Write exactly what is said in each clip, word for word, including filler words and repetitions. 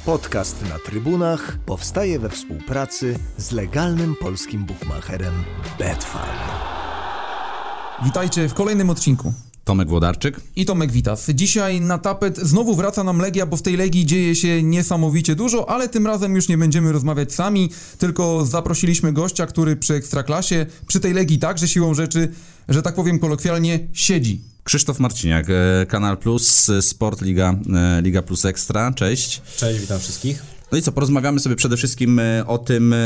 Podcast na trybunach powstaje we współpracy z legalnym polskim bukmacherem Betfair. Witajcie w kolejnym odcinku. Tomek Włodarczyk i Tomek Witas. Dzisiaj na tapet znowu wraca nam Legia, bo w tej Legii dzieje się niesamowicie dużo, ale tym razem już nie będziemy rozmawiać sami, tylko zaprosiliśmy gościa, który przy Ekstraklasie, przy tej Legii także siłą rzeczy, że tak powiem kolokwialnie, siedzi. Krzysztof Marciniak, Kanal Plus, Sport Liga, Liga Plus Ekstra. Cześć. Cześć, witam wszystkich. No i co, porozmawiamy sobie przede wszystkim o tym,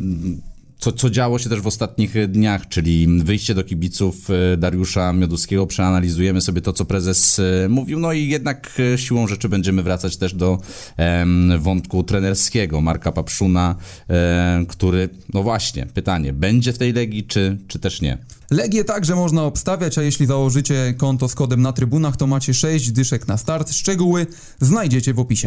Co, co działo się też w ostatnich dniach, czyli wyjście do kibiców Dariusza Mioduskiego. Przeanalizujemy sobie to, co prezes mówił, no i jednak siłą rzeczy będziemy wracać też do em, wątku trenerskiego Marka Papszuna, em, który, no właśnie, pytanie, będzie w tej Legii, czy, czy też nie? Legię także można obstawiać, a jeśli założycie konto z kodem na trybunach, to macie sześć dyszek na start. Szczegóły znajdziecie w opisie.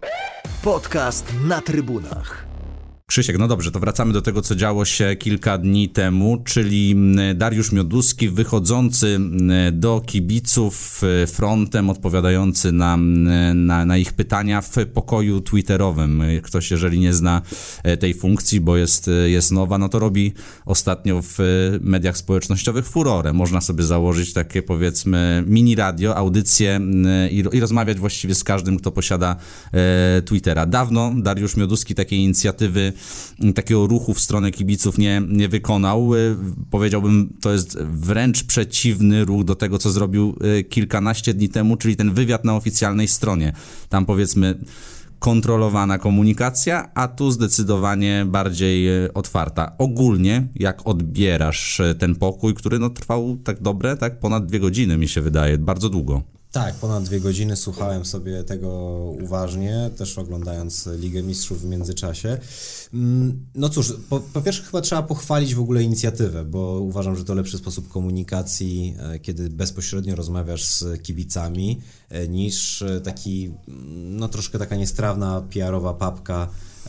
Podcast na trybunach. Krzysiek, no dobrze, to wracamy do tego, co działo się kilka dni temu, czyli Dariusz Mioduski wychodzący do kibiców frontem, odpowiadający na, na, na ich pytania w pokoju twitterowym. Ktoś, jeżeli nie zna tej funkcji, bo jest, jest nowa, no to robi ostatnio w mediach społecznościowych furorę. Można sobie założyć takie, powiedzmy, mini radio, audycję i, i rozmawiać właściwie z każdym, kto posiada e, Twittera. Dawno Dariusz Mioduski takiej inicjatywy, takiego ruchu w stronę kibiców nie, nie wykonał. Powiedziałbym, to jest wręcz przeciwny ruch do tego, co zrobił kilkanaście dni temu, czyli ten wywiad na oficjalnej stronie. Tam, powiedzmy, kontrolowana komunikacja, a tu zdecydowanie bardziej otwarta. Ogólnie, jak odbierasz ten pokój, który no, trwał tak dobre, tak ponad dwie godziny, mi się wydaje, bardzo długo. Tak, ponad dwie godziny słuchałem sobie tego uważnie, też oglądając Ligę Mistrzów w międzyczasie. No cóż, po, po pierwsze chyba trzeba pochwalić w ogóle inicjatywę, bo uważam, że to lepszy sposób komunikacji, kiedy bezpośrednio rozmawiasz z kibicami, niż taki, no troszkę taka niestrawna P R-owa papka,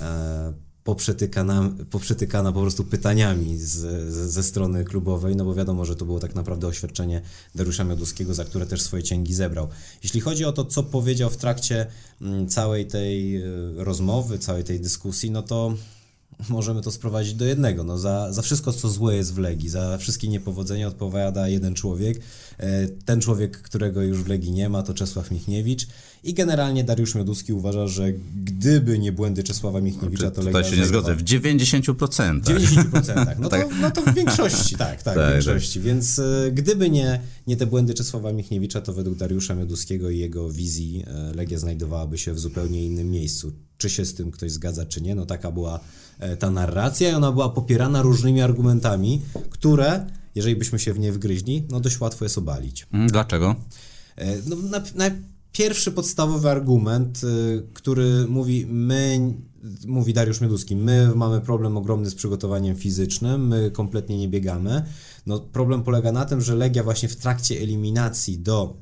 Poprzetykana, poprzetykana po prostu pytaniami z, z, ze strony klubowej, no bo wiadomo, że to było tak naprawdę oświadczenie Dariusza Mioduskiego, za które też swoje cięgi zebrał. Jeśli chodzi o to, co powiedział w trakcie całej tej rozmowy, całej tej dyskusji, no to możemy to sprowadzić do jednego. No za, za wszystko, co złe jest w Legii, za wszystkie niepowodzenia odpowiada jeden człowiek. Ten człowiek, którego już w Legii nie ma, to Czesław Michniewicz. I generalnie Dariusz Mioduski uważa, że gdyby nie błędy Czesława Michniewicza, to Legia... Tutaj się nie zgodzę, w dziewięćdziesięciu procentach. W dziewięćdziesięciu procentach, no to, no to w większości, tak, tak, w większości. Więc y, gdyby nie, nie te błędy Czesława Michniewicza, to według Dariusza Mioduskiego i jego wizji y, Legia znajdowałaby się w zupełnie innym miejscu. Czy się z tym ktoś zgadza, czy nie, no taka była y, ta narracja i ona była popierana różnymi argumentami, które, jeżeli byśmy się w nie wgryźli, no dość łatwo jest obalić. Dlaczego? Y, no na, na Pierwszy podstawowy argument, który mówi, my, mówi Dariusz Mioduski, my mamy problem ogromny z przygotowaniem fizycznym, my kompletnie nie biegamy. No, problem polega na tym, że Legia właśnie w trakcie eliminacji do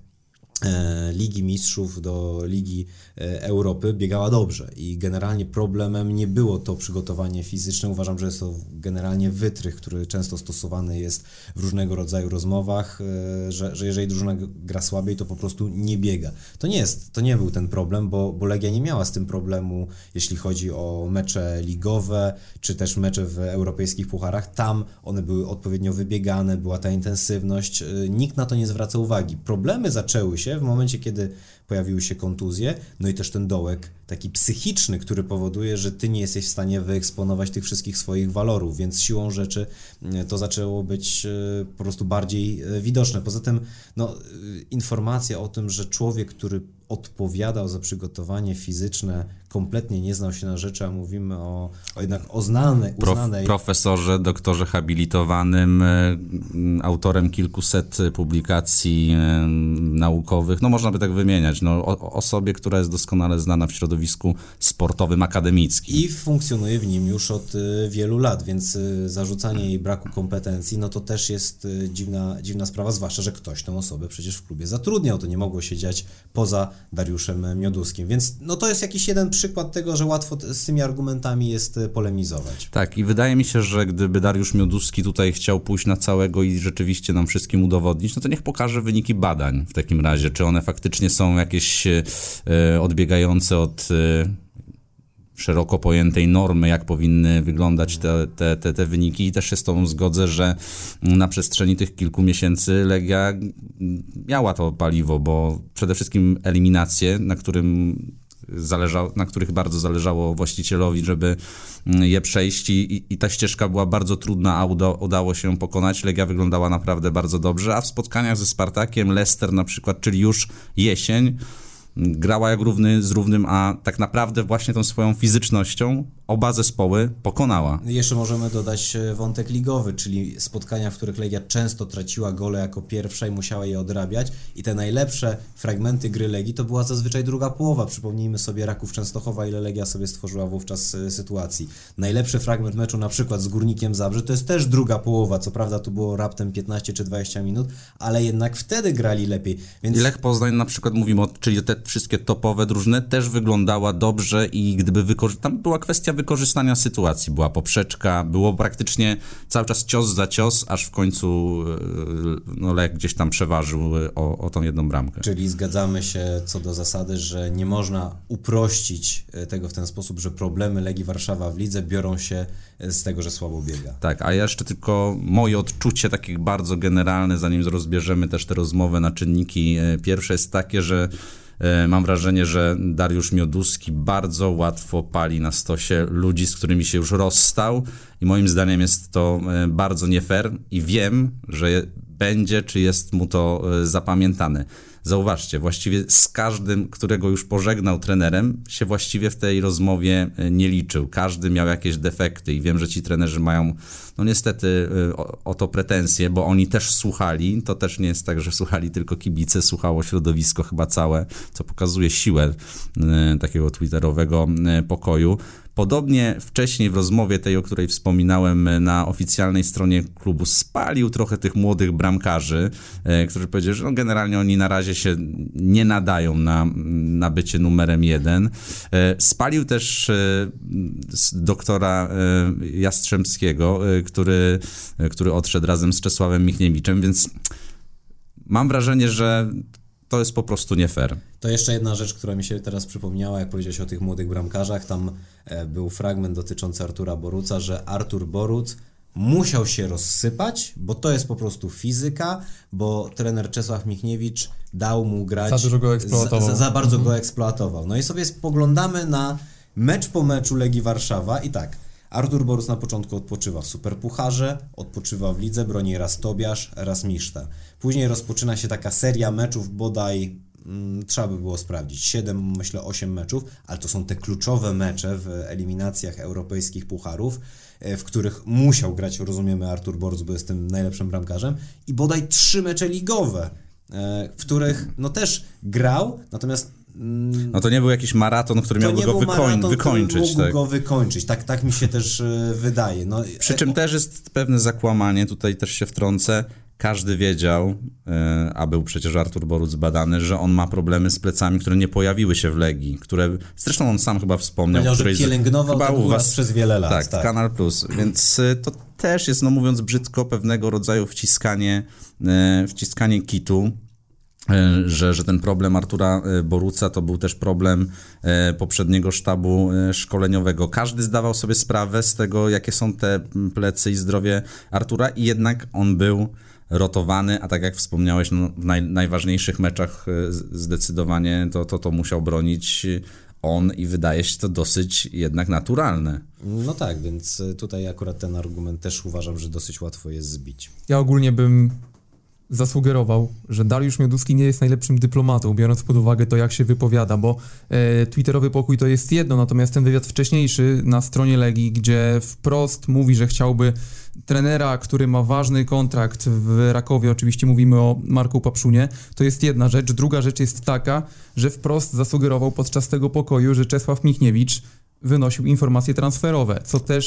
e, Ligi Mistrzów, do Ligi e, Europy biegała dobrze i generalnie problemem nie było to przygotowanie fizyczne. Uważam, że jest to generalnie wytrych, który często stosowany jest w różnego rodzaju rozmowach, e, że, że jeżeli drużyna gra słabiej, to po prostu nie biega. To nie jest, to nie był ten problem, bo, bo Legia nie miała z tym problemu, jeśli chodzi o mecze ligowe, czy też mecze w europejskich pucharach. Tam one były odpowiednio wybiegane, była ta intensywność, e, nikt na to nie zwraca uwagi. Problemy zaczęły się w momencie, kiedy pojawiły się kontuzje, no i też ten dołek taki psychiczny, który powoduje, że ty nie jesteś w stanie wyeksponować tych wszystkich swoich walorów, więc siłą rzeczy to zaczęło być po prostu bardziej widoczne. Poza tym no, informacja o tym, że człowiek, który odpowiadał za przygotowanie fizyczne, kompletnie nie znał się na rzeczy, a mówimy o, o jednak o znanej, uznanej... Prof, profesorze, doktorze habilitowanym, autorem kilkuset publikacji naukowych, no można by tak wymieniać, no, o, osobie, która jest doskonale znana w środowisku sportowym, akademickim. I funkcjonuje w nim już od wielu lat, więc zarzucanie jej braku kompetencji, no to też jest dziwna, dziwna sprawa, zwłaszcza, że ktoś tę osobę przecież w klubie zatrudniał, to nie mogło się dziać poza Dariuszem Mioduskim, więc no to jest jakiś jeden przykład tego, że łatwo z tymi argumentami jest polemizować. Tak, i wydaje mi się, że gdyby Dariusz Mioduski tutaj chciał pójść na całego i rzeczywiście nam wszystkim udowodnić, no to niech pokaże wyniki badań w takim razie, czy one faktycznie są jakieś e, odbiegające od e, szeroko pojętej normy, jak powinny wyglądać te, te, te, te wyniki i też się z tobą zgodzę, że na przestrzeni tych kilku miesięcy Legia miała to paliwo, bo przede wszystkim eliminacje, na którym Zależało, na których bardzo zależało właścicielowi, żeby je przejść i, i ta ścieżka była bardzo trudna, a uda, udało się pokonać. Legia wyglądała naprawdę bardzo dobrze, a w spotkaniach ze Spartakiem, Leicester na przykład, czyli już jesień, grała jak równy z równym, a tak naprawdę właśnie tą swoją fizycznością oba zespoły pokonała. Jeszcze możemy dodać wątek ligowy, czyli spotkania, w których Legia często traciła gole jako pierwsza i musiała je odrabiać i te najlepsze fragmenty gry Legii to była zazwyczaj druga połowa. Przypomnijmy sobie Raków Częstochowa, ile Legia sobie stworzyła wówczas sytuacji. Najlepszy fragment meczu na przykład z Górnikiem Zabrze to jest też druga połowa, co prawda tu było raptem piętnaście czy dwadzieścia minut, ale jednak wtedy grali lepiej. Więc... I Lech Poznań na przykład mówimy, o, czyli te wszystkie topowe drużyny też wyglądała dobrze i gdyby wykorzystać, tam była kwestia wykorzystania sytuacji, była poprzeczka, było praktycznie cały czas cios za cios, aż w końcu no, Lech gdzieś tam przeważył o, o tą jedną bramkę. Czyli zgadzamy się co do zasady, że nie można uprościć tego w ten sposób, że problemy Legii Warszawa w lidze biorą się z tego, że słabo biega. Tak, a jeszcze tylko moje odczucie takie bardzo generalne, zanim rozbierzemy też tę rozmowę na czynniki. Pierwsze jest takie, że mam wrażenie, że Dariusz Mioduski bardzo łatwo pali na stosie ludzi, z którymi się już rozstał i moim zdaniem jest to bardzo nie fair i wiem, że będzie, czy jest mu to zapamiętane. Zauważcie, właściwie z każdym, którego już pożegnał trenerem, się właściwie w tej rozmowie nie liczył. Każdy miał jakieś defekty i wiem, że ci trenerzy mają no niestety o, o to pretensje, bo oni też słuchali. To też nie jest tak, że słuchali tylko kibice, słuchało środowisko chyba całe, co pokazuje siłę y, takiego twitterowego y, pokoju. Podobnie wcześniej w rozmowie tej, o której wspominałem na oficjalnej stronie klubu, spalił trochę tych młodych bramkarzy, e, którzy powiedzieli, że no generalnie oni na razie się nie nadają na, na bycie numerem jeden. E, spalił też e, doktora e, Jastrzębskiego, e, który, e, który odszedł razem z Czesławem Michniewiczem, więc mam wrażenie, że to jest po prostu nie fair. To jeszcze jedna rzecz, która mi się teraz przypomniała, jak powiedziałeś o tych młodych bramkarzach, tam e, był fragment dotyczący Artura Boruca, że Artur Boruc musiał się rozsypać, bo to jest po prostu fizyka, bo trener Czesław Michniewicz dał mu grać... Za dużo go eksploatował. Za, za bardzo mhm. go eksploatował. No i sobie spoglądamy na mecz po meczu Legii Warszawa i tak, Artur Boruc na początku odpoczywa w Superpucharze, odpoczywa w lidze, broni raz Tobiasz, raz Miszta. Później rozpoczyna się taka seria meczów, bodaj mm, trzeba by było sprawdzić, siedem, myślę osiem meczów, ale to są te kluczowe mecze w eliminacjach europejskich pucharów, w których musiał grać, rozumiemy, Artur Boruc, bo jest tym najlepszym bramkarzem, i bodaj trzy mecze ligowe, w których no też grał, natomiast no to nie był jakiś maraton, który miałby go wykoń, maraton, wykończyć. Który mógł tak. go wykończyć, tak, tak mi się też wydaje. No, Przy czym też jest pewne zakłamanie, tutaj też się wtrącę, każdy wiedział, a był przecież Artur Boruc badany, że on ma problemy z plecami, które nie pojawiły się w Legii, które, zresztą on sam chyba wspomniał. Powiedział, że pielęgnował ten u was przez wiele lat. Tak, tak. Kanal Plus, więc to też jest, no mówiąc brzydko, pewnego rodzaju wciskanie, wciskanie kitu. Że, że ten problem Artura Boruca to był też problem poprzedniego sztabu szkoleniowego. Każdy zdawał sobie sprawę z tego, jakie są te plecy i zdrowie Artura i jednak on był rotowany, a tak jak wspomniałeś, no, w naj, najważniejszych meczach zdecydowanie to, to, to musiał bronić on i wydaje się to dosyć jednak naturalne. No tak, więc tutaj akurat ten argument też uważam, że dosyć łatwo jest zbić. Ja ogólnie bym zasugerował, że Dariusz Mioduski nie jest najlepszym dyplomatą, biorąc pod uwagę to, jak się wypowiada, bo e, twitterowy pokój to jest jedno, natomiast ten wywiad wcześniejszy na stronie Legii, gdzie wprost mówi, że chciałby trenera, który ma ważny kontrakt w Rakowie, oczywiście mówimy o Marku Papszunie, to jest jedna rzecz. Druga rzecz jest taka, że wprost zasugerował podczas tego pokoju, że Czesław Michniewicz wynosił informacje transferowe, co też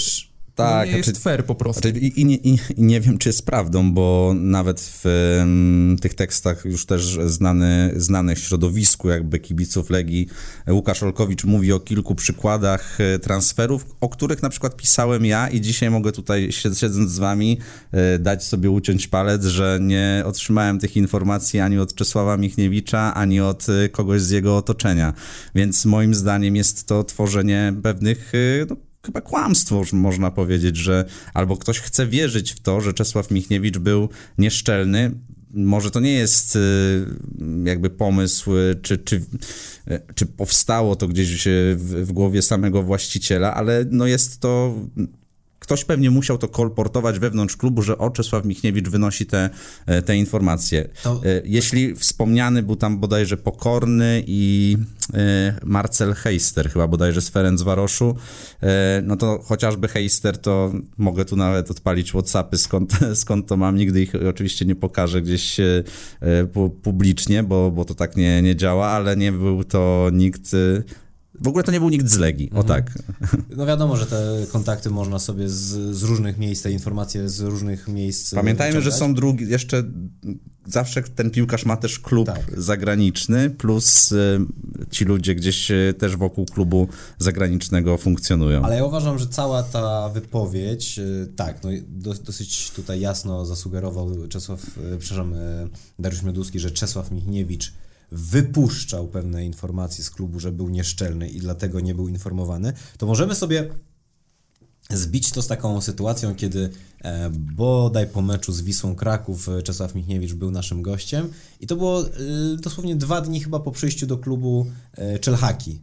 Tak, no nie jest znaczy, fair po prostu. Znaczy, i, i, nie, i, I nie wiem, czy jest prawdą, bo nawet w um, tych tekstach już też znany, znanych środowisku jakby kibiców Legii Łukasz Olkowicz mówi o kilku przykładach transferów, o których na przykład pisałem ja i dzisiaj mogę tutaj, siedząc z wami, dać sobie uciąć palec, że nie otrzymałem tych informacji ani od Czesława Michniewicza, ani od kogoś z jego otoczenia. Więc moim zdaniem jest to tworzenie pewnych, no, chyba kłamstwo, można powiedzieć, że albo ktoś chce wierzyć w to, że Czesław Michniewicz był nieszczelny. Może to nie jest jakby pomysł, czy, czy, czy powstało to gdzieś w, w głowie samego właściciela, ale no jest to... Ktoś pewnie musiał to kolportować wewnątrz klubu, że o, Czesław Michniewicz wynosi te, te informacje. To... Jeśli wspomniany był tam bodajże Pokorny i Marcel Heister, chyba bodajże z Ferencvaroszu, no to chociażby Heister, to mogę tu nawet odpalić WhatsAppy, skąd, skąd to mam, nigdy ich oczywiście nie pokażę gdzieś publicznie, bo, bo to tak nie, nie działa, ale nie był to nikt... W ogóle to nie był nikt z Legii, o tak. No wiadomo, że te kontakty można sobie z, z różnych miejsc, te informacje z różnych miejsc Pamiętajmy, wyciągać. że są drugi, jeszcze zawsze ten piłkarz ma też klub tak. zagraniczny, plus y, ci ludzie gdzieś y, też wokół klubu zagranicznego funkcjonują. Ale ja uważam, że cała ta wypowiedź, y, tak, no do, dosyć tutaj jasno zasugerował Czesław, y, przepraszam, y, Dariusz Mioduski, że Czesław Michniewicz wypuszczał pewne informacje z klubu, że był nieszczelny i dlatego nie był informowany, to możemy sobie zbić to z taką sytuacją, kiedy e, bodaj po meczu z Wisłą Kraków Czesław Michniewicz był naszym gościem i to było e, dosłownie dwa dni chyba po przyjściu do klubu e, Czelhaki.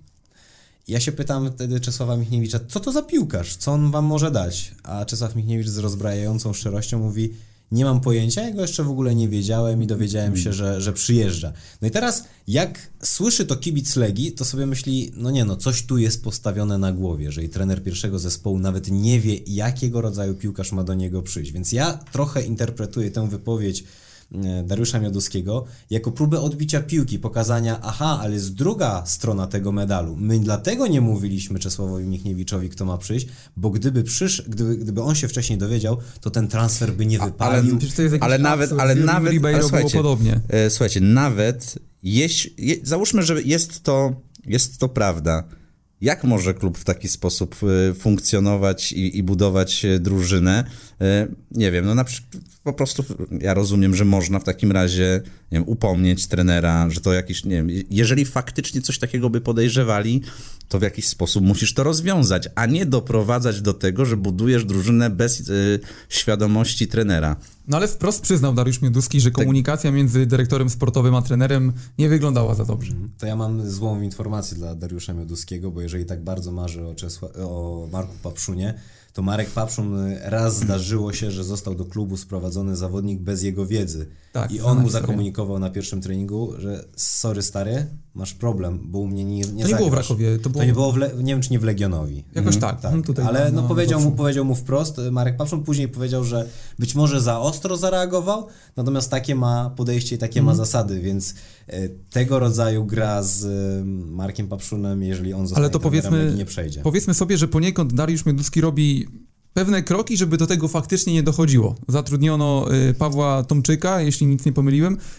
Ja się pytam wtedy Czesława Michniewicza, co to za piłkarz, co on wam może dać? A Czesław Michniewicz z rozbrajającą szczerością mówi: nie mam pojęcia, ja go jeszcze w ogóle nie wiedziałem i dowiedziałem się, że, że przyjeżdża. No i teraz jak słyszy to kibic Legii, to sobie myśli, no nie no, coś tu jest postawione na głowie, że i trener pierwszego zespołu nawet nie wie, jakiego rodzaju piłkarz ma do niego przyjść. Więc ja trochę interpretuję tę wypowiedź Dariusza Mioduskiego jako próbę odbicia piłki, pokazania, aha, ale jest druga strona tego medalu. My dlatego nie mówiliśmy Czesławowi Michniewiczowi, kto ma przyjść, bo gdyby przysz, gdyby, gdyby on się wcześniej dowiedział, to ten transfer by nie wypalił. Ale, ale nawet, ale nawet, ale słuchajcie, podobnie. E, słuchajcie, nawet jeśli, je, załóżmy, że jest to, jest to prawda. Jak może klub w taki sposób y, funkcjonować i, i budować y, drużynę? Y, nie wiem, no na przykład po prostu ja rozumiem, że można w takim razie, nie wiem, upomnieć trenera, że to jakiś, nie wiem, jeżeli faktycznie coś takiego by podejrzewali, to w jakiś sposób musisz to rozwiązać, a nie doprowadzać do tego, że budujesz drużynę bez y, świadomości trenera. No ale wprost przyznał Dariusz Mioduski, że komunikacja między dyrektorem sportowym a trenerem nie wyglądała za dobrze. To ja mam złą informację dla Dariusza Mioduskiego, bo jeżeli tak bardzo marzy o, Czesła- o Marku Papszunie, to Marek Papszun raz zdarzyło się, że został do klubu sprowadzony zawodnik bez jego wiedzy. Tak, I on tak, mu zakomunikował na pierwszym treningu, że sorry stary, masz problem, bo u mnie nie, nie To nie było w Rakowie. To, było... to nie było w Le- nie wiem, czy nie w Legionowi. Jakoś mhm. tak. tak. Tutaj Ale no, no, powiedział, no, mu, powiedział mu wprost Marek Papszun, później powiedział, że być może za ostro zareagował, natomiast takie ma podejście i takie mhm. ma zasady, więc e, tego rodzaju gra z e, Markiem Papszunem, jeżeli on zostanie Ale to powiedzmy, nie przejdzie. Powiedzmy sobie, że poniekąd Dariusz Mioduski robi pewne kroki, żeby do tego faktycznie nie dochodziło. Zatrudniono y, Pawła Tomczyka, jeśli nic nie pomyliłem, y,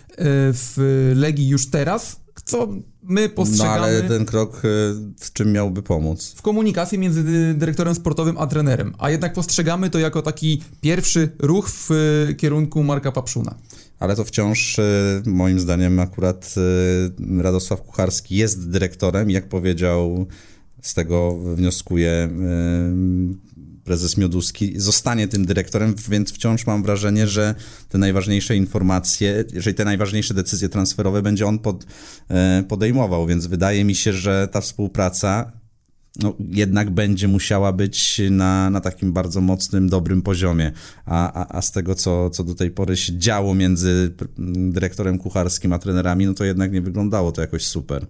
w Legii już teraz, co my postrzegamy... No ale ten krok y, w czym miałby pomóc? W komunikacji między dyrektorem sportowym a trenerem, a jednak postrzegamy to jako taki pierwszy ruch w y, kierunku Marka Papszuna. Ale to wciąż, y, moim zdaniem, akurat y, Radosław Kucharski jest dyrektorem i jak powiedział, z tego wnioskuję, y, prezes Mioduski zostanie tym dyrektorem, więc wciąż mam wrażenie, że te najważniejsze informacje, jeżeli te najważniejsze decyzje transferowe będzie on pod, podejmował, więc wydaje mi się, że ta współpraca no, jednak będzie musiała być na, na takim bardzo mocnym, dobrym poziomie, a, a, a z tego, co, co do tej pory się działo między dyrektorem Kucharskim a trenerami, no to jednak nie wyglądało to jakoś super.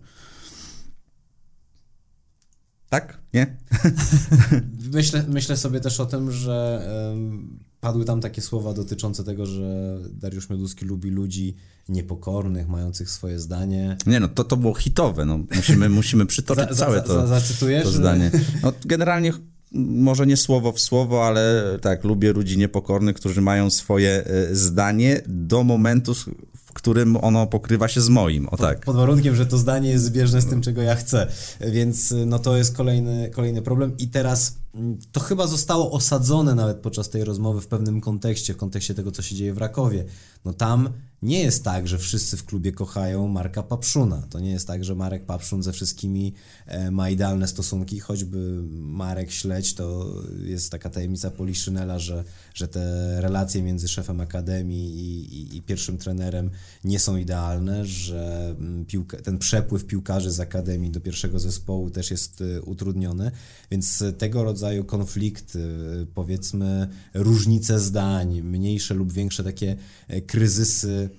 Tak? Nie? Myślę, myślę sobie też o tym, że um, padły tam takie słowa dotyczące tego, że Dariusz Mioduski lubi ludzi niepokornych, mających swoje zdanie. Nie no, to, to było hitowe, no. Musimy, musimy przytoczyć za, całe za, to, za, zacytujesz? to zdanie. No, generalnie może nie słowo w słowo, ale tak, lubię ludzi niepokornych, którzy mają swoje zdanie do momentu, w którym ono pokrywa się z moim, o tak. Pod, pod warunkiem, że to zdanie jest zbieżne z tym, czego ja chcę, więc no to jest kolejny, kolejny problem i teraz to chyba zostało osadzone nawet podczas tej rozmowy w pewnym kontekście, w kontekście tego, co się dzieje w Rakowie. No tam nie jest tak, że wszyscy w klubie kochają Marka Papszuna. To nie jest tak, że Marek Papszun ze wszystkimi e, ma idealne stosunki, choćby Marek Śledź, to jest taka tajemnica Poliszynela, że, że te relacje między szefem akademii i, i, i pierwszym trenerem nie są idealne, że piłka, ten przepływ piłkarzy z akademii do pierwszego zespołu też jest e, utrudniony, więc tego rodzaju konflikty, e, powiedzmy różnice zdań, mniejsze lub większe takie e, kryzysy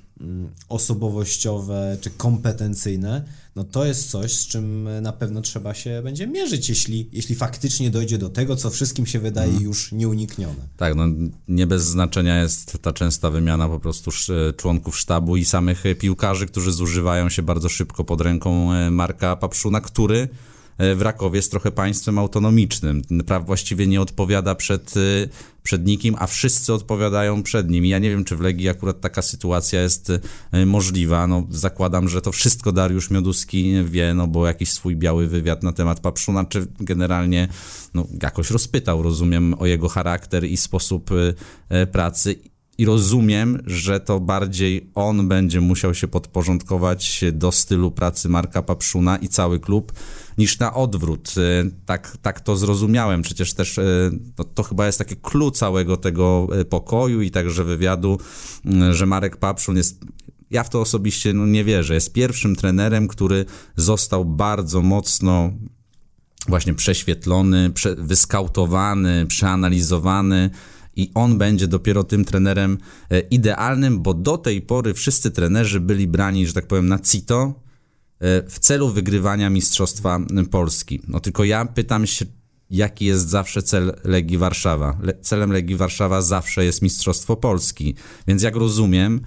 osobowościowe czy kompetencyjne, no to jest coś, z czym na pewno trzeba się będzie mierzyć, jeśli, jeśli faktycznie dojdzie do tego, co wszystkim się wydaje hmm. już nieuniknione. Tak, no nie bez znaczenia jest ta częsta wymiana po prostu członków sztabu i samych piłkarzy, którzy zużywają się bardzo szybko pod ręką Marka Papszuna, który w Rakowie jest trochę państwem autonomicznym. Właściwie nie odpowiada przed, przed nikim, a wszyscy odpowiadają przed nim. I ja nie wiem, czy w Legii akurat taka sytuacja jest możliwa. No, zakładam, że to wszystko Dariusz Mioduski wie, no bo jakiś swój biały wywiad na temat Papszuna, czy generalnie no, jakoś rozpytał, rozumiem, o jego charakter i sposób pracy. I rozumiem, że to bardziej on będzie musiał się podporządkować do stylu pracy Marka Papszuna i cały klub, niż na odwrót. Tak, tak to zrozumiałem. Przecież też to, to chyba jest takie clue całego tego pokoju i także wywiadu, że Marek Papszun jest... Ja w to osobiście no, nie wierzę. Jest pierwszym trenerem, który został bardzo mocno właśnie prześwietlony, prze, wyskautowany, przeanalizowany, i on będzie dopiero tym trenerem idealnym, bo do tej pory wszyscy trenerzy byli brani, że tak powiem, na cito w celu wygrywania Mistrzostwa Polski. No tylko ja pytam się, jaki jest zawsze cel Legii Warszawa. Le- celem Legii Warszawa zawsze jest Mistrzostwo Polski. Więc jak rozumiem,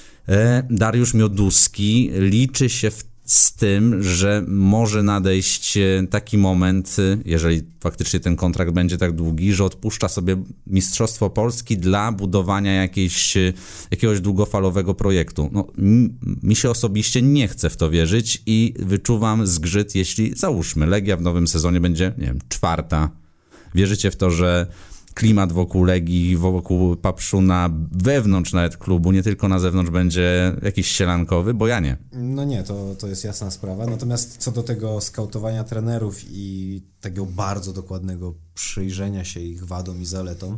Dariusz Mioduski liczy się w z tym, że może nadejść taki moment, jeżeli faktycznie ten kontrakt będzie tak długi, że odpuszcza sobie Mistrzostwo Polski dla budowania jakiejś, jakiegoś długofalowego projektu. No, mi, mi się osobiście nie chce w to wierzyć i wyczuwam zgrzyt, jeśli załóżmy, Legia w nowym sezonie będzie, nie wiem, czwarta. Wierzycie w to, że klimat wokół Legii, wokół Papszuna, wewnątrz nawet klubu, nie tylko na zewnątrz będzie jakiś sielankowy, bo ja nie. No nie, to, to jest jasna sprawa. Natomiast co do tego skautowania trenerów i tego bardzo dokładnego przyjrzenia się ich wadom i zaletom,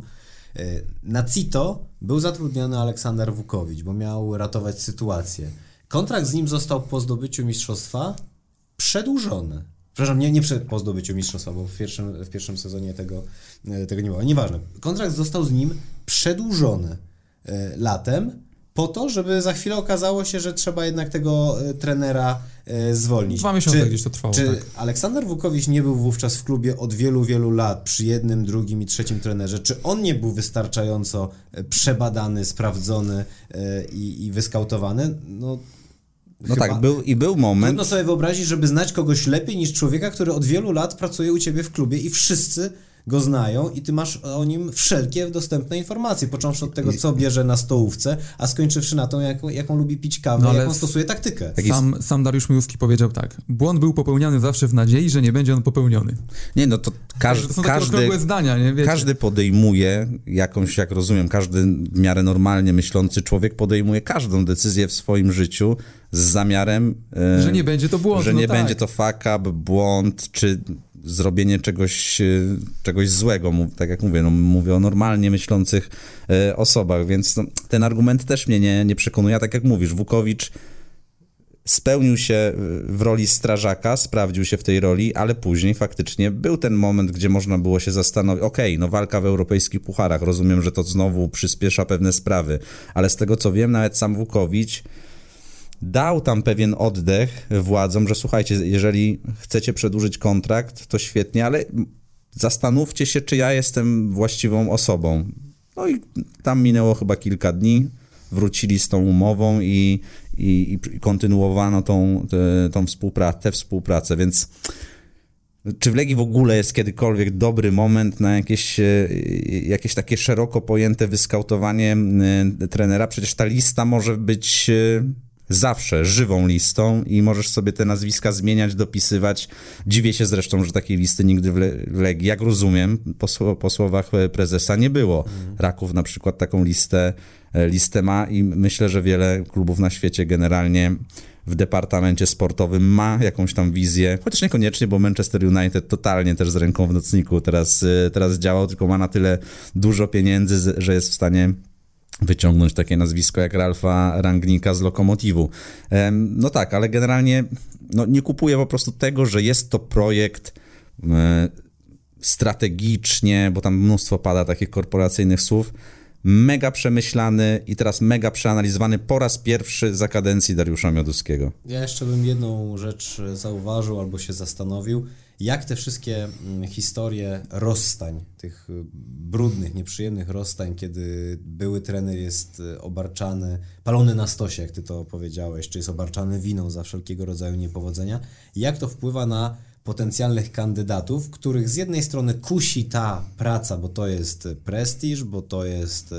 na CITO był zatrudniony Aleksander Wukowicz, bo miał ratować sytuację. Kontrakt z nim został po zdobyciu mistrzostwa przedłużony. Przepraszam, nie, nie przed, po zdobyciu mistrzostwa, bo w pierwszym, w pierwszym sezonie tego, tego nie było. Nieważne. Kontrakt został z nim przedłużony e, latem po to, żeby za chwilę okazało się, że trzeba jednak tego e, trenera e, zwolnić. Dwa miesiące gdzieś to trwało. Czy tak. Aleksander Wukowicz nie był wówczas w klubie od wielu, wielu lat przy jednym, drugim i trzecim trenerze? Czy on nie był wystarczająco przebadany, sprawdzony e, i, i wyskautowany? No, No chyba. Tak, był i był moment. Trudno sobie wyobrazić, żeby znać kogoś lepiej niż człowieka, który od wielu lat pracuje u ciebie w klubie i wszyscy go znają i ty masz o nim wszelkie dostępne informacje, począwszy od tego, co bierze na stołówce, a skończywszy na tą, jaką, jaką lubi pić kawę, no jaką stosuje taktykę. Sam, sam Dariusz Mioduski powiedział tak, błąd był popełniany zawsze w nadziei, że nie będzie on popełniony. Nie, no to, każ, to są każdy, zdania, nie? Wiecie? Każdy podejmuje jakąś, jak rozumiem, każdy w miarę normalnie myślący człowiek podejmuje każdą decyzję w swoim życiu z zamiarem, że nie będzie to błąd. Że no nie tak. będzie to fuck up, błąd, czy zrobienie czegoś, czegoś złego, tak jak mówię, no, mówię o normalnie myślących osobach, więc no, ten argument też mnie nie, nie przekonuje, a tak jak mówisz, Wukowicz spełnił się w roli strażaka, sprawdził się w tej roli, ale później faktycznie był ten moment, gdzie można było się zastanowić, okej, okay, no walka w europejskich pucharach, rozumiem, że to znowu przyspiesza pewne sprawy, ale z tego co wiem, nawet sam Wukowicz dał tam pewien oddech władzom, że słuchajcie, jeżeli chcecie przedłużyć kontrakt, to świetnie, ale zastanówcie się, czy ja jestem właściwą osobą. No i tam minęło chyba kilka dni, wrócili z tą umową i, i, i kontynuowano tą, te, tą współpracę, tę współpracę, więc czy w Legii w ogóle jest kiedykolwiek dobry moment na jakieś, jakieś takie szeroko pojęte wyskautowanie trenera? Przecież ta lista może być zawsze żywą listą i możesz sobie te nazwiska zmieniać, dopisywać. Dziwię się zresztą, że takiej listy nigdy w, Le- w Legii, jak rozumiem, po, sł- po słowach prezesa nie było. Raków na przykład taką listę, listę ma i myślę, że wiele klubów na świecie generalnie w departamencie sportowym ma jakąś tam wizję, chociaż niekoniecznie, bo Manchester United totalnie też z ręką w nocniku teraz, teraz działał, tylko ma na tyle dużo pieniędzy, że jest w stanie wyciągnąć takie nazwisko jak Ralfa Rangnicka z Lokomotivu. No tak, ale generalnie no, nie kupuję po prostu tego, że jest to projekt e, strategicznie, bo tam mnóstwo pada takich korporacyjnych słów, mega przemyślany i teraz mega przeanalizowany po raz pierwszy za kadencji Dariusza Mioduskiego. Ja jeszcze bym jedną rzecz zauważył albo się zastanowił, jak te wszystkie historie rozstań, tych brudnych, nieprzyjemnych rozstań, kiedy były trener jest obarczany, palony na stosie, jak ty to powiedziałeś, czy jest obarczany winą za wszelkiego rodzaju niepowodzenia, jak to wpływa na potencjalnych kandydatów, których z jednej strony kusi ta praca, bo to jest prestiż, bo to jest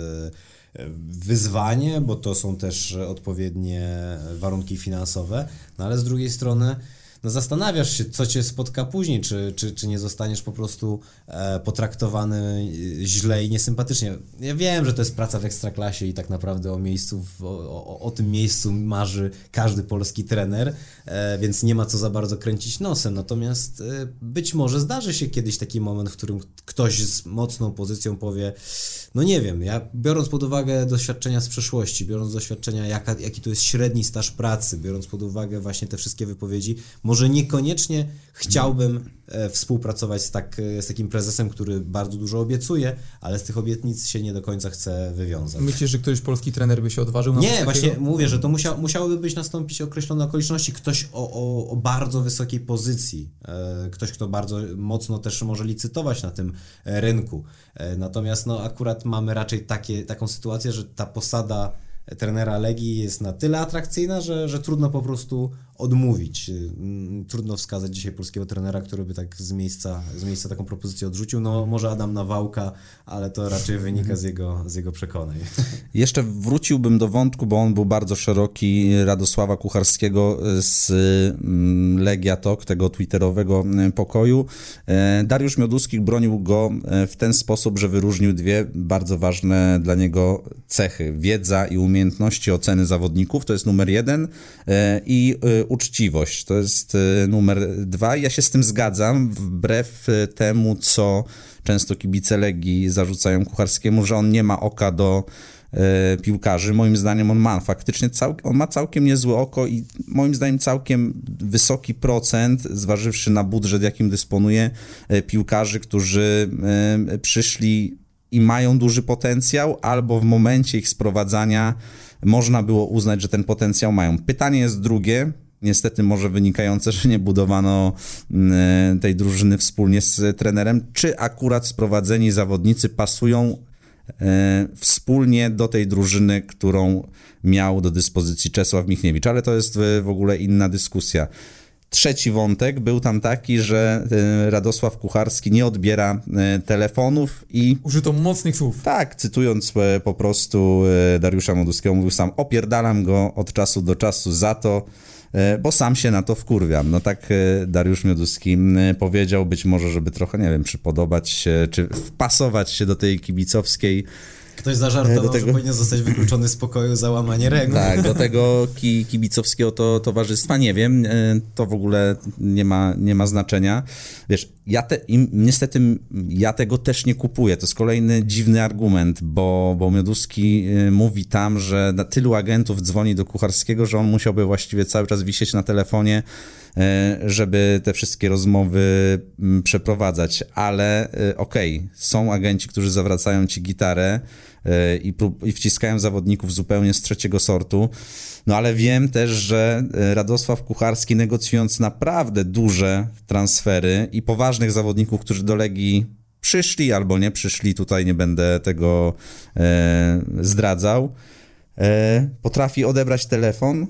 wyzwanie, bo to są też odpowiednie warunki finansowe, no ale z drugiej strony no zastanawiasz się, co cię spotka później, czy, czy, czy nie zostaniesz po prostu e, potraktowany źle i niesympatycznie. Ja wiem, że to jest praca w Ekstraklasie i tak naprawdę o miejscu, w, o, o, o tym miejscu marzy każdy polski trener, e, więc nie ma co za bardzo kręcić nosem, natomiast e, być może zdarzy się kiedyś taki moment, w którym ktoś z mocną pozycją powie, no nie wiem, ja biorąc pod uwagę doświadczenia z przeszłości, biorąc doświadczenia, jaka, jaki to jest średni staż pracy, biorąc pod uwagę właśnie te wszystkie wypowiedzi, może niekoniecznie chciałbym e, współpracować z, tak, z takim prezesem, który bardzo dużo obiecuje, ale z tych obietnic się nie do końca chce wywiązać. Myślisz, że ktoś polski trener by się odważył na Nie, coś właśnie takiego? mówię, że to musia, musiałyby być nastąpić określone okoliczności. Ktoś o, o, o bardzo wysokiej pozycji, e, ktoś, kto bardzo mocno też może licytować na tym e, rynku. E, natomiast no, akurat mamy raczej takie, taką sytuację, że ta posada trenera Legii jest na tyle atrakcyjna, że, że trudno po prostu odmówić. Trudno wskazać dzisiaj polskiego trenera, który by tak z miejsca, z miejsca taką propozycję odrzucił. No może Adam Nawałka, ale to raczej wynika z jego, z jego przekonań. Jeszcze wróciłbym do wątku, bo on był bardzo szeroki, Radosława Kucharskiego z Legia Talk, tego twitterowego pokoju. Dariusz Mioduski bronił go w ten sposób, że wyróżnił dwie bardzo ważne dla niego cechy. Wiedza i umiejętności oceny zawodników, to jest numer jeden, i uczciwość, to jest numer dwa. Ja się z tym zgadzam, wbrew temu, co często kibice Legii zarzucają Kucharskiemu, że on nie ma oka do e, piłkarzy. Moim zdaniem on ma faktycznie cał, on ma całkiem niezłe oko i moim zdaniem całkiem wysoki procent, zważywszy na budżet, jakim dysponuje, e, piłkarzy, którzy e, przyszli i mają duży potencjał, albo w momencie ich sprowadzania można było uznać, że ten potencjał mają. Pytanie jest drugie, niestety może wynikające, że nie budowano tej drużyny wspólnie z trenerem, czy akurat sprowadzeni zawodnicy pasują wspólnie do tej drużyny, którą miał do dyspozycji Czesław Michniewicz, ale to jest w ogóle inna dyskusja. Trzeci wątek był tam taki, że Radosław Kucharski nie odbiera telefonów i... Użyto mocnych słów. Tak, cytując po prostu Dariusza Mioduskiego, mówił sam, opierdalam go od czasu do czasu za to, bo sam się na to wkurwiam. No tak Dariusz Mioduski powiedział, być może, żeby trochę, nie wiem, przypodobać się, czy wpasować się do tej kibicowskiej. Ktoś zażartował, do tego... że powinien zostać wykluczony z pokoju za łamanie reguł. Tak, do tego ki- kibicowskiego to, towarzystwa nie wiem, to w ogóle nie ma, nie ma znaczenia. Wiesz, ja te, im, niestety ja tego też nie kupuję. To jest kolejny dziwny argument, bo, bo Mioduski mówi tam, że tylu agentów dzwoni do Kucharskiego, że on musiałby właściwie cały czas wisieć na telefonie, żeby te wszystkie rozmowy przeprowadzać, ale okej, okay, są agenci, którzy zawracają ci gitarę i, prób- i wciskają zawodników zupełnie z trzeciego sortu, no ale wiem też, że Radosław Kucharski, negocjując naprawdę duże transfery i poważnych zawodników, którzy do Legii przyszli albo nie przyszli, tutaj nie będę tego e, zdradzał, e, potrafi odebrać telefon,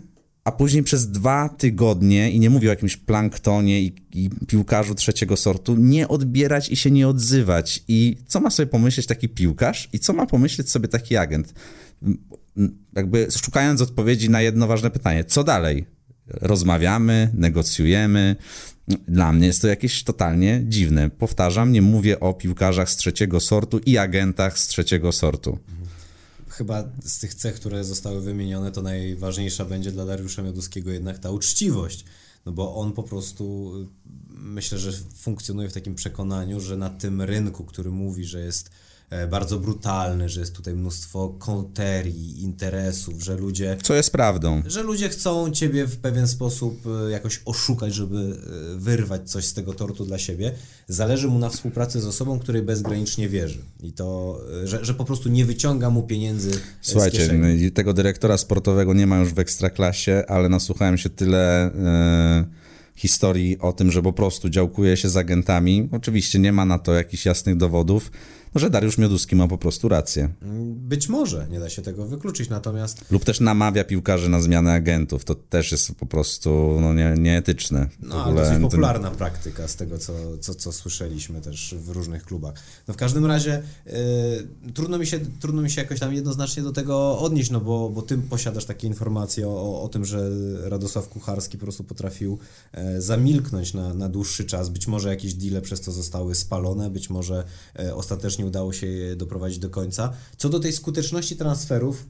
a później przez dwa tygodnie, i nie mówię o jakimś planktonie i, i piłkarzu trzeciego sortu, nie odbierać i się nie odzywać. I co ma sobie pomyśleć taki piłkarz i co ma pomyśleć sobie taki agent? Jakby szukając odpowiedzi na jedno ważne pytanie, co dalej? Rozmawiamy, negocjujemy. Dla mnie jest to jakieś totalnie dziwne. Powtarzam, nie mówię o piłkarzach z trzeciego sortu i agentach z trzeciego sortu. Chyba z tych cech, które zostały wymienione, to najważniejsza będzie dla Dariusza Mioduskiego jednak ta uczciwość. No bo on po prostu, myślę, że funkcjonuje w takim przekonaniu, że na tym rynku, który mówi, że jest bardzo brutalny, że jest tutaj mnóstwo konterii, interesów, że ludzie... Co jest prawdą. Że ludzie chcą ciebie w pewien sposób jakoś oszukać, żeby wyrwać coś z tego tortu dla siebie. Zależy mu na współpracy z osobą, której bezgranicznie wierzy. I to, że, że po prostu nie wyciąga mu pieniędzy Słuchajcie, z kieszeni. Tego dyrektora sportowego nie ma już w Ekstraklasie, ale nasłuchałem się tyle... Yy... historii o tym, że po prostu działkuje się z agentami. Oczywiście nie ma na to jakichś jasnych dowodów, no, że Dariusz Mioduski ma po prostu rację. Być może, nie da się tego wykluczyć, natomiast... Lub też namawia piłkarzy na zmianę agentów. To też jest po prostu no, nie, nieetyczne. W No, ogóle dosyć ten... popularna praktyka z tego, co, co, co słyszeliśmy też w różnych klubach. No w każdym razie y, trudno mi się, trudno mi się jakoś tam jednoznacznie do tego odnieść, no bo, bo ty posiadasz takie informacje o, o tym, że Radosław Kucharski po prostu potrafił e, zamilknąć na, na dłuższy czas. Być może jakieś deale przez to zostały spalone, być może e, ostatecznie udało się je doprowadzić do końca. Co do tej skuteczności transferów,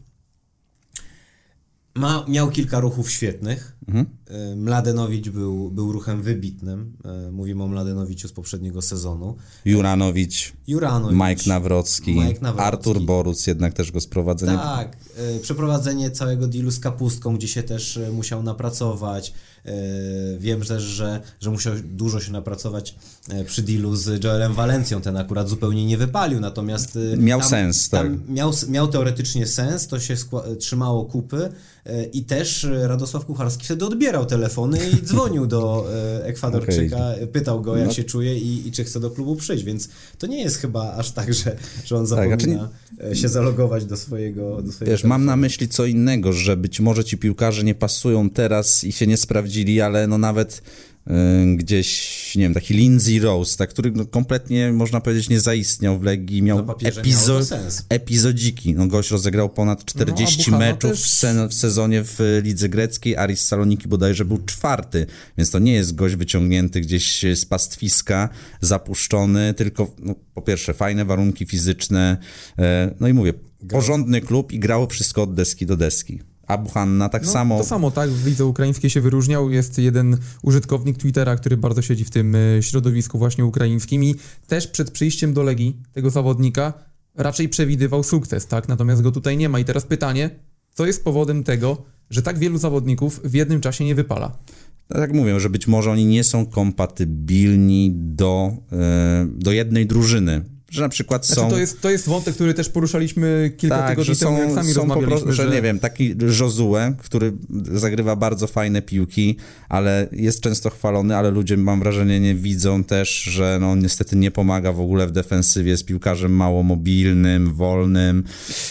ma, miał kilka ruchów świetnych. Mhm. Mladenowicz był, był ruchem wybitnym. Mówimy o Mladenowiciu z poprzedniego sezonu. Juranowicz, Juranowicz Mike Nawrocki, Mike Nawrocki. Artur Boruc jednak też go sprowadzenie. Tak, przeprowadzenie całego dealu z Kapustką, gdzie się też musiał napracować. Wiem też, że, że musiał dużo się napracować przy dealu z Joelem Valencją. Ten akurat zupełnie nie wypalił, natomiast miał tam, sens, tak. Tam miał, miał teoretycznie sens, to się skła- trzymało kupy i też Radosław Kucharski wtedy odbierał telefony i dzwonił do Ekwadorczyka, okay. Pytał go, jak no. się czuje i, i czy chce do klubu przyjść, więc to nie jest chyba aż tak, że, że on zapomina tak, znaczy... się zalogować do swojego, do swojego Wiesz, telefonu. Mam na myśli co innego, że być może ci piłkarze nie pasują teraz i się nie sprawdzili, ale no nawet y, gdzieś, nie wiem, taki Lindsay Rose, tak, który no, kompletnie, można powiedzieć, nie zaistniał w Legii, miał epizo- epizodziki. No, gość rozegrał ponad czterdzieści no, meczów też... w, se- w sezonie w lidze greckiej, Aris Saloniki bodajże był czwarty, więc to nie jest gość wyciągnięty gdzieś z pastwiska, zapuszczony, tylko no, po pierwsze fajne warunki fizyczne, y, no i mówię, porządny klub i grało wszystko od deski do deski. A Buchanna tak no, samo. To samo, tak, w lidze ukraińskiej się wyróżniał. Jest jeden użytkownik Twittera, który bardzo siedzi w tym środowisku właśnie ukraińskim i też przed przyjściem do Legii tego zawodnika raczej przewidywał sukces, tak? Natomiast go tutaj nie ma. I teraz pytanie, co jest powodem tego, że tak wielu zawodników w jednym czasie nie wypala? Tak mówię, że być może oni nie są kompatybilni do, yy, do jednej drużyny. Że na przykład są... Znaczy to, jest, to jest wątek, który też poruszaliśmy kilka tak, tygodni że temu, są, jak sami są rozmawialiśmy. Po prostu, że... że nie wiem, taki Josue, który zagrywa bardzo fajne piłki, ale jest często chwalony, ale ludzie, mam wrażenie, nie widzą też, że no niestety nie pomaga w ogóle w defensywie, jest piłkarzem mało mobilnym, wolnym,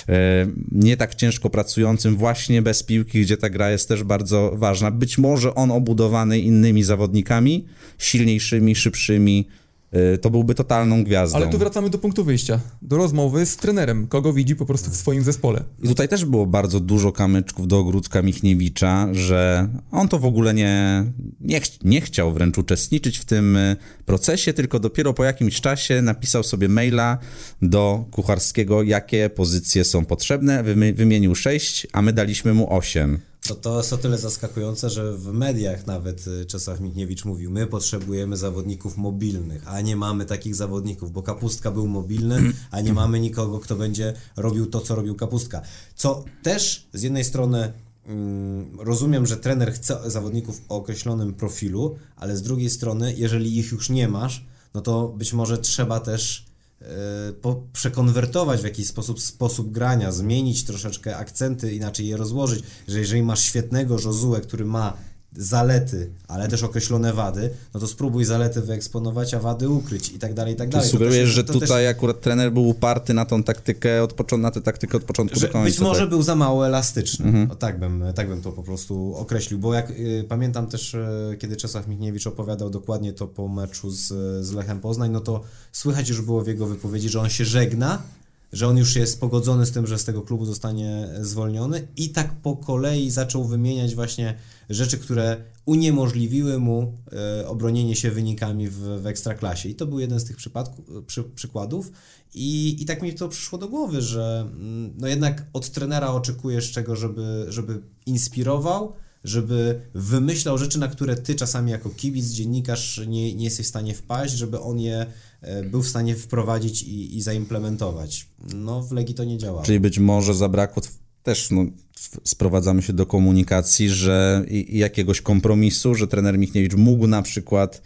nie tak ciężko pracującym, właśnie bez piłki, gdzie ta gra jest też bardzo ważna. Być może on obudowany innymi zawodnikami, silniejszymi, szybszymi, to byłby totalną gwiazdą. Ale tu wracamy do punktu wyjścia, do rozmowy z trenerem, kogo widzi po prostu w swoim zespole. I tutaj też było bardzo dużo kamyczków do ogródka Michniewicza, że on to w ogóle nie, nie, ch- nie chciał wręcz uczestniczyć w tym procesie, tylko dopiero po jakimś czasie napisał sobie maila do Kucharskiego, jakie pozycje są potrzebne, Wymi- wymienił sześć, a my daliśmy mu osiem. To, to jest o tyle zaskakujące, że w mediach nawet Czesław Michniewicz mówił, my potrzebujemy zawodników mobilnych, a nie mamy takich zawodników, bo Kapustka był mobilny, a nie mamy nikogo, kto będzie robił to, co robił Kapustka. Co też z jednej strony mm, rozumiem, że trener chce zawodników o określonym profilu, ale z drugiej strony, jeżeli ich już nie masz, no to być może trzeba też Po, przekonwertować w jakiś sposób sposób grania, zmienić troszeczkę akcenty, inaczej je rozłożyć, że jeżeli masz świetnego Josue, który ma zalety, ale też określone wady, no to spróbuj zalety wyeksponować, a wady ukryć i tak dalej, i tak dalej. Sugerujesz, że to tutaj też, akurat trener był uparty na tą taktykę, od początku, na tę taktykę od początku do końca. Być może tak? był za mało elastyczny. Mhm. O, tak, bym, tak bym to po prostu określił, bo jak y, pamiętam też, y, kiedy Czesław Michniewicz opowiadał dokładnie to po meczu z, z Lechem Poznań, no to słychać już było w jego wypowiedzi, że on się żegna, że on już jest pogodzony z tym, że z tego klubu zostanie zwolniony i tak po kolei zaczął wymieniać właśnie rzeczy, które uniemożliwiły mu e, obronienie się wynikami w, w Ekstraklasie. I to był jeden z tych przypadków, przy, przykładów I, i tak mi to przyszło do głowy, że mm, no jednak od trenera oczekujesz czego, żeby, żeby inspirował, żeby wymyślał rzeczy, na które ty czasami jako kibic, dziennikarz nie, nie jesteś w stanie wpaść, żeby on je e, był w stanie wprowadzić i, i zaimplementować. No w Legii to nie działało. Czyli być może zabrakło też, no, sprowadzamy się do komunikacji, że i, i jakiegoś kompromisu, że trener Michniewicz mógł na przykład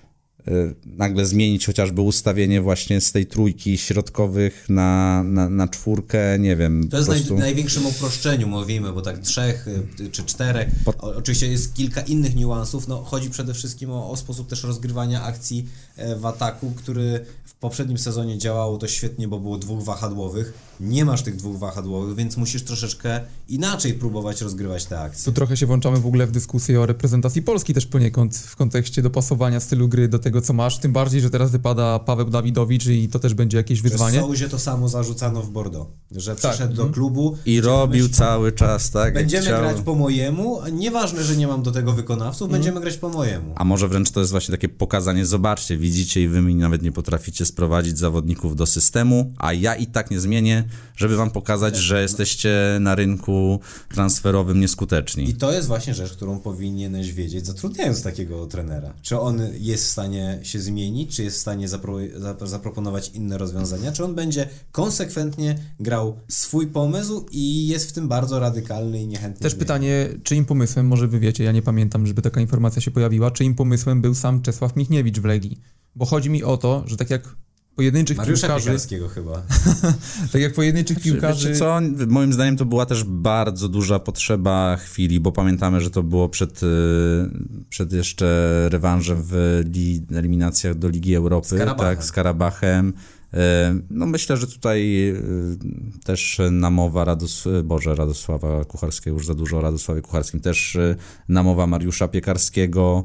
y, nagle zmienić chociażby ustawienie właśnie z tej trójki środkowych na, na, na czwórkę, nie wiem. To jest po prostu... naj, największym uproszczeniu, mówimy, bo tak trzech y, czy czterech, o, oczywiście jest kilka innych niuansów, no chodzi przede wszystkim o, o sposób też rozgrywania akcji e, w ataku, który w poprzednim sezonie działało to świetnie, bo było dwóch wahadłowych, nie masz tych dwóch wahadłowych, więc musisz troszeczkę inaczej próbować rozgrywać te akcje. Tu trochę się włączamy w ogóle w dyskusję o reprezentacji Polski też poniekąd w kontekście dopasowania stylu gry do tego, co masz, tym bardziej, że teraz wypada Paweł Dawidowicz i to też będzie jakieś wyzwanie. W Souzie to samo zarzucano w Bordeaux, że przyszedł tak. do klubu I robił myśli, cały czas, tak? Będziemy chciał... grać po mojemu, nieważne, że nie mam do tego wykonawców, mm. będziemy grać po mojemu. A może wręcz to jest właśnie takie pokazanie, zobaczcie, widzicie i wy mi nawet nie potraficie sprowadzić zawodników do systemu, a ja i tak nie zmienię, żeby wam pokazać, że jesteście na rynku transferowym nieskuteczni. I to jest właśnie rzecz, którą powinieneś wiedzieć, zatrudniając takiego trenera. Czy on jest w stanie się zmienić, czy jest w stanie zapro- zaproponować inne rozwiązania, czy on będzie konsekwentnie grał swój pomysł i jest w tym bardzo radykalny i niechętny. Też zmieni. Pytanie, czyim pomysłem, może wy wiecie, ja nie pamiętam, żeby taka informacja się pojawiła, czyim pomysłem był sam Czesław Michniewicz w Legii. Bo chodzi mi o to, że tak jak pojedynczych Mariusza piłkarzy... Piekarskiego chyba. Tak jak pojedynczych piłkarzy... Wiecie co, moim zdaniem to była też bardzo duża potrzeba chwili, bo pamiętamy, że to było przed, przed jeszcze rewanżem w li, eliminacjach do Ligi Europy. Z Karabachem. Tak, z Karabachem. No myślę, że tutaj też namowa Rados... Boże, Radosława Kucharskiego, już za dużo o Radosławie Kucharskim, też namowa Mariusza Piekarskiego,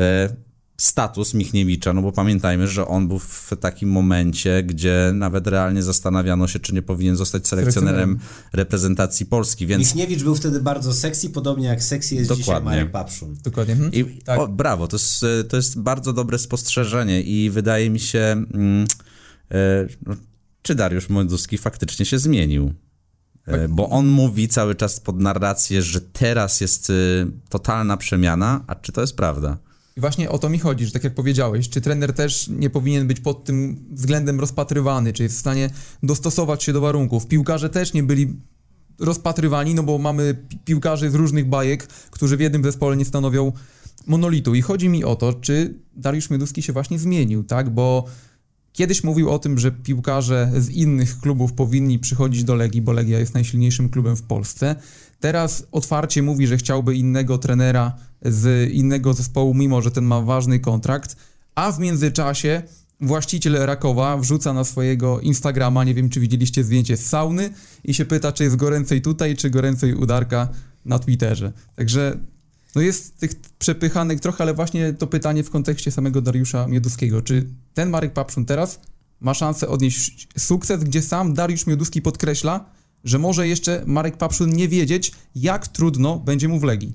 status Michniewicza, no bo pamiętajmy, że on był w takim momencie, gdzie nawet realnie zastanawiano się, czy nie powinien zostać selekcjonerem reprezentacji Polski, więc... Michniewicz był wtedy bardzo sexy, podobnie jak sexy jest Dokładnie. dzisiaj Marek Papszun. Dokładnie. Mhm. I, tak. o, brawo, to jest, to jest bardzo dobre spostrzeżenie i wydaje mi się, mm, e, no, czy Dariusz Mioduski faktycznie się zmienił. E, bo on mówi cały czas pod narrację, że teraz jest e, totalna przemiana, a czy to jest prawda? I właśnie o to mi chodzi, że tak jak powiedziałeś, czy trener też nie powinien być pod tym względem rozpatrywany, czy jest w stanie dostosować się do warunków. Piłkarze też nie byli rozpatrywani, no bo mamy pi- piłkarzy z różnych bajek, którzy w jednym zespole nie stanowią monolitu. I chodzi mi o to, czy Dariusz Mioduski się właśnie zmienił, tak? Bo kiedyś mówił o tym, że piłkarze z innych klubów powinni przychodzić do Legii, bo Legia jest najsilniejszym klubem w Polsce. Teraz otwarcie mówi, że chciałby innego trenera z innego zespołu, mimo że ten ma ważny kontrakt, a w międzyczasie właściciel Rakowa wrzuca na swojego Instagrama, nie wiem czy widzieliście zdjęcie z sauny i się pyta, czy jest goręcej tutaj, czy goręcej u Darka na Twitterze. Także no jest tych przepychanek trochę, ale właśnie to pytanie w kontekście samego Dariusza Mioduskiego. Czy ten Marek Papszun teraz ma szansę odnieść sukces, gdzie sam Dariusz Mioduski podkreśla, że może jeszcze Marek Papszun nie wiedzieć, jak trudno będzie mu w Legii?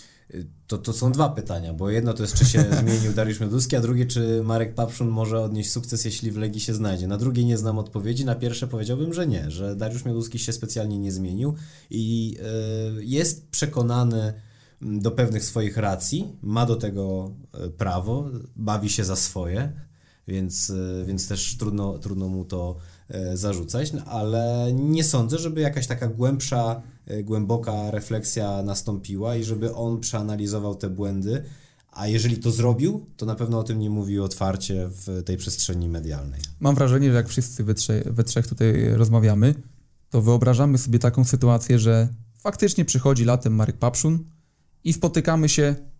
To, to są dwa pytania, bo jedno to jest, czy się zmienił Dariusz Mioduski, a drugie, czy Marek Papszun może odnieść sukces, jeśli w Legii się znajdzie. Na drugie nie znam odpowiedzi, na pierwsze powiedziałbym, że nie, że Dariusz Mioduski się specjalnie nie zmienił i yy, jest przekonany do pewnych swoich racji, ma do tego prawo, bawi się za swoje, więc, więc też trudno, trudno mu to zarzucać, no, ale nie sądzę, żeby jakaś taka głębsza, głęboka refleksja nastąpiła i żeby on przeanalizował te błędy, a jeżeli to zrobił, to na pewno o tym nie mówił otwarcie w tej przestrzeni medialnej. Mam wrażenie, że jak wszyscy we trzech, we trzech tutaj rozmawiamy, to wyobrażamy sobie taką sytuację, że faktycznie przychodzi latem Marek Papszun i spotykamy się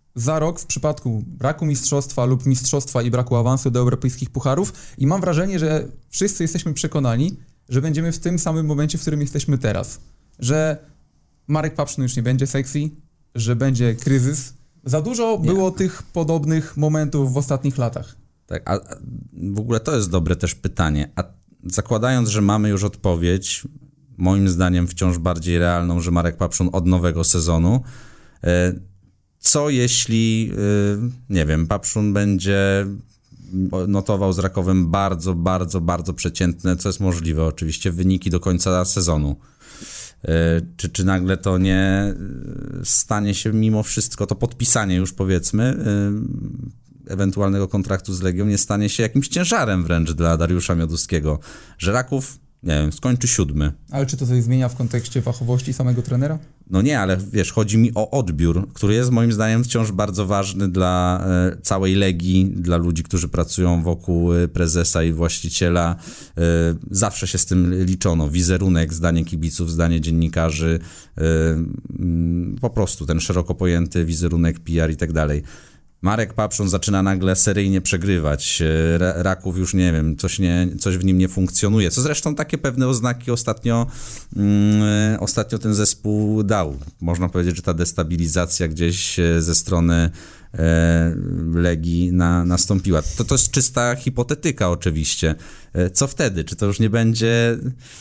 za rok w przypadku braku mistrzostwa lub mistrzostwa i braku awansu do europejskich pucharów i mam wrażenie, że wszyscy jesteśmy przekonani, że będziemy w tym samym momencie, w którym jesteśmy teraz. Że Marek Papszun już nie będzie sexy, że będzie kryzys. Za dużo nie. było tych podobnych momentów w ostatnich latach. Tak, a w ogóle to jest dobre też pytanie. A zakładając, że mamy już odpowiedź, moim zdaniem wciąż bardziej realną, że Marek Papszun od nowego sezonu, co jeśli, nie wiem, Papszun będzie notował z Rakowem bardzo, bardzo, bardzo przeciętne, co jest możliwe oczywiście, wyniki do końca sezonu. Czy, czy nagle to nie stanie się mimo wszystko, to podpisanie już powiedzmy ewentualnego kontraktu z Legią nie stanie się jakimś ciężarem wręcz dla Dariusza Mioduskiego, że Raków, nie wiem, skończy siódmy. Ale czy to coś zmienia w kontekście fachowości samego trenera? No nie, ale wiesz, chodzi mi o odbiór, który jest moim zdaniem wciąż bardzo ważny dla e, całej Legii, dla ludzi, którzy pracują wokół e, prezesa i właściciela. E, zawsze się z tym liczono. Wizerunek, zdanie kibiców, zdanie dziennikarzy, e, m, po prostu ten szeroko pojęty wizerunek, P R i tak dalej. Marek Papszun zaczyna nagle seryjnie przegrywać. Raków już, nie wiem, coś, nie, coś w nim nie funkcjonuje. Co zresztą takie pewne oznaki ostatnio, mm, ostatnio ten zespół dał. Można powiedzieć, że ta destabilizacja gdzieś ze strony e, Legii na, nastąpiła. To, to jest czysta hipotetyka oczywiście. Co wtedy? Czy to już nie będzie...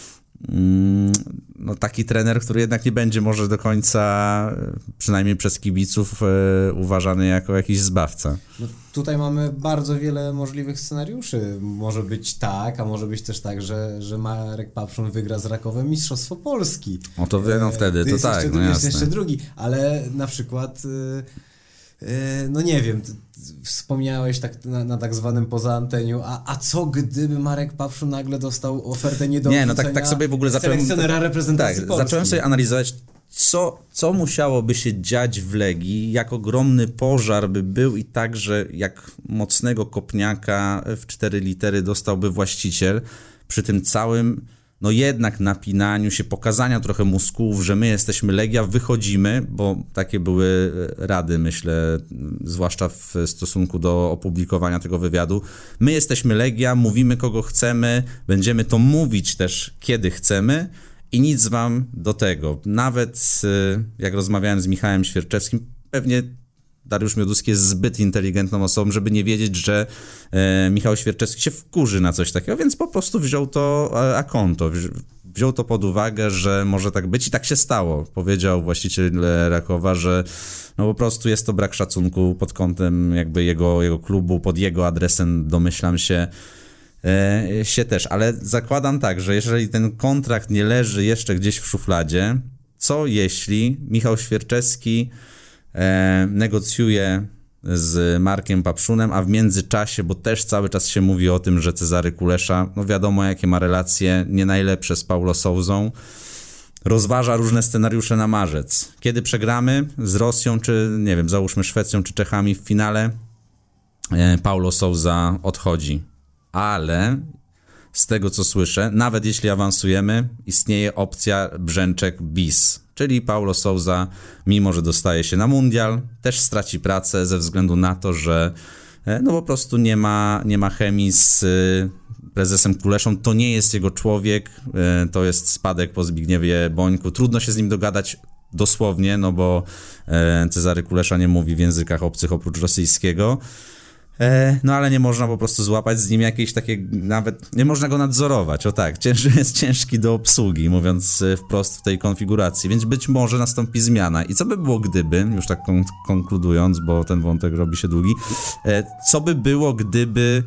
no taki trener, który jednak nie będzie może do końca, przynajmniej przez kibiców, e, uważany jako jakiś zbawca. No, tutaj mamy bardzo wiele możliwych scenariuszy. Może być tak, a może być też tak, że, że Marek Papszun wygra z Rakowem Mistrzostwo Polski. No to no wtedy, to jest tak, jeszcze, no jest jasne. jeszcze drugi, ale na przykład... Y- No nie wiem, wspomniałeś tak na, na tak zwanym poza anteniu, a, a co gdyby Marek Papszun nagle dostał ofertę nie do Nie, no tak, tak sobie w ogóle zacząłem... selekcjonera reprezentacji tak, Polski. zacząłem sobie analizować, co, co musiałoby się dziać w Legii, jak ogromny pożar by był i tak, że jak mocnego kopniaka w cztery litery dostałby właściciel przy tym całym... no jednak napinaniu się, pokazania trochę muskułów, że my jesteśmy Legia, wychodzimy, bo takie były rady, myślę, zwłaszcza w stosunku do opublikowania tego wywiadu. My jesteśmy Legia, mówimy kogo chcemy, będziemy to mówić też kiedy chcemy i nic wam do tego. Nawet jak rozmawiałem z Michałem Świerczewskim, pewnie Dariusz Mioduski jest zbyt inteligentną osobą, żeby nie wiedzieć, że e, Michał Świerczewski się wkurzy na coś takiego, więc po prostu wziął to a konto, wziął to pod uwagę, że może tak być i tak się stało. Powiedział właściciel Rakowa, że no po prostu jest to brak szacunku pod kątem jakby jego, jego klubu, pod jego adresem domyślam się, e, się też, ale zakładam tak, że jeżeli ten kontrakt nie leży jeszcze gdzieś w szufladzie, co jeśli Michał Świerczewski E, negocjuje z Markiem Papszunem, a w międzyczasie, bo też cały czas się mówi o tym, że Cezary Kulesza, no wiadomo jakie ma relacje, nie najlepsze z Paulo Sousą, rozważa różne scenariusze na marzec. Kiedy przegramy z Rosją, czy nie wiem, załóżmy Szwecją, czy Czechami w finale, e, Paulo Sousa odchodzi. Ale z tego co słyszę, nawet jeśli awansujemy, istnieje opcja Brzęczek bis, czyli Paulo Sousa, mimo że dostaje się na mundial, też straci pracę ze względu na to, że no po prostu nie ma, nie ma chemii z prezesem Kuleszą, to nie jest jego człowiek, to jest spadek po Zbigniewie Bońku, trudno się z nim dogadać dosłownie, no bo Cezary Kulesza nie mówi w językach obcych oprócz rosyjskiego. No ale nie można po prostu złapać z nim jakiejś takiej, nawet nie można go nadzorować, o tak, ciężki jest ciężki do obsługi, mówiąc wprost w tej konfiguracji, więc być może nastąpi zmiana. I co by było gdyby, już tak kon- konkludując, bo ten wątek robi się długi, co by było gdyby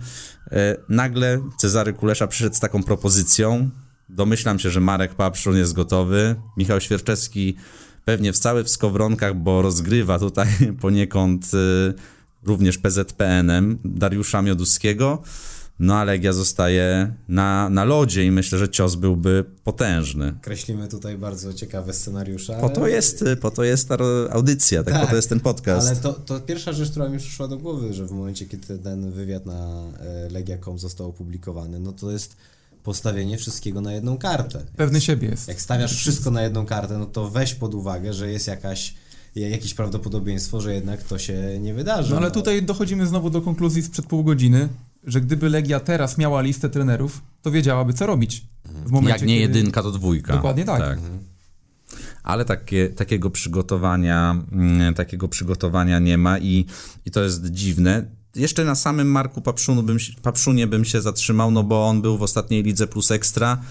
nagle Cezary Kulesza przyszedł z taką propozycją, domyślam się, że Marek Papszun jest gotowy, Michał Świerczewski pewnie w cały w skowronkach, bo rozgrywa tutaj poniekąd również P Z P N-em Dariusza Mioduskiego, no a Legia zostaje na, na lodzie i myślę, że cios byłby potężny. Kreślimy tutaj bardzo ciekawe scenariusze. Po to jest, po to jest ta audycja, tak, tak, po to jest ten podcast. Ale to, to pierwsza rzecz, która mi przyszła do głowy, że w momencie, kiedy ten wywiad na legia kropka com został opublikowany, no to jest postawienie wszystkiego na jedną kartę. Pewny siebie jest. Jak stawiasz wszystko na jedną kartę, no to weź pod uwagę, że jest jakaś jakieś prawdopodobieństwo, że jednak to się nie wydarzy. No ale no. tutaj dochodzimy znowu do konkluzji sprzed pół godziny, że gdyby Legia teraz miała listę trenerów, to wiedziałaby, co robić. W momencie, Jak nie kiedy... jedynka, to dwójka. Dokładnie tak. tak. Mhm. Ale takie, takiego przygotowania mm, takiego przygotowania nie ma i, i to jest dziwne. Jeszcze na samym Marku Papszunu bym, Papszunie bym się zatrzymał, no bo on był w ostatniej Lidze Plus Ekstra.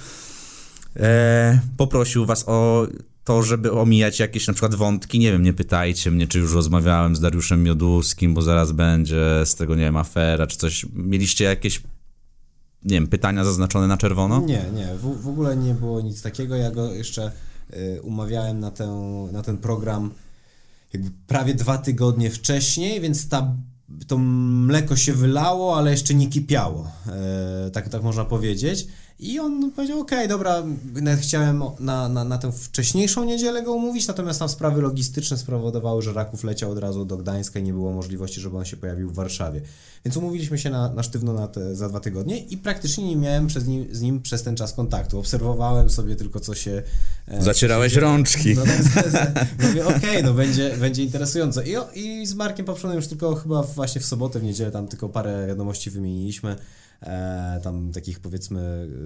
E, poprosił was o to, żeby omijać jakieś na przykład wątki. Nie wiem, nie pytajcie mnie, czy już rozmawiałem z Dariuszem Mioduskim, bo zaraz będzie z tego, nie wiem, afera, czy coś. Mieliście jakieś, nie wiem, pytania zaznaczone na czerwono? Nie, nie, w, w ogóle nie było nic takiego. Ja go jeszcze y, umawiałem na, tę, na ten program jakby prawie dwa tygodnie wcześniej, więc ta, to mleko się wylało, ale jeszcze nie kipiało, y, tak, tak można powiedzieć. I on powiedział, okej, okay, dobra, nawet chciałem na, na, na tę wcześniejszą niedzielę go umówić, natomiast tam sprawy logistyczne spowodowały, że Raków leciał od razu do Gdańska i nie było możliwości, żeby on się pojawił w Warszawie. Więc umówiliśmy się na, na sztywno na te, za dwa tygodnie i praktycznie nie miałem przez nim, z nim przez ten czas kontaktu. Obserwowałem sobie tylko, co się... Zacierałeś co się rączki. No tak, mówię, okej, okay, no będzie, będzie interesująco. I, I z Markiem Papszunem już tylko chyba właśnie w sobotę, w niedzielę tam tylko parę wiadomości wymieniliśmy. E, tam takich powiedzmy...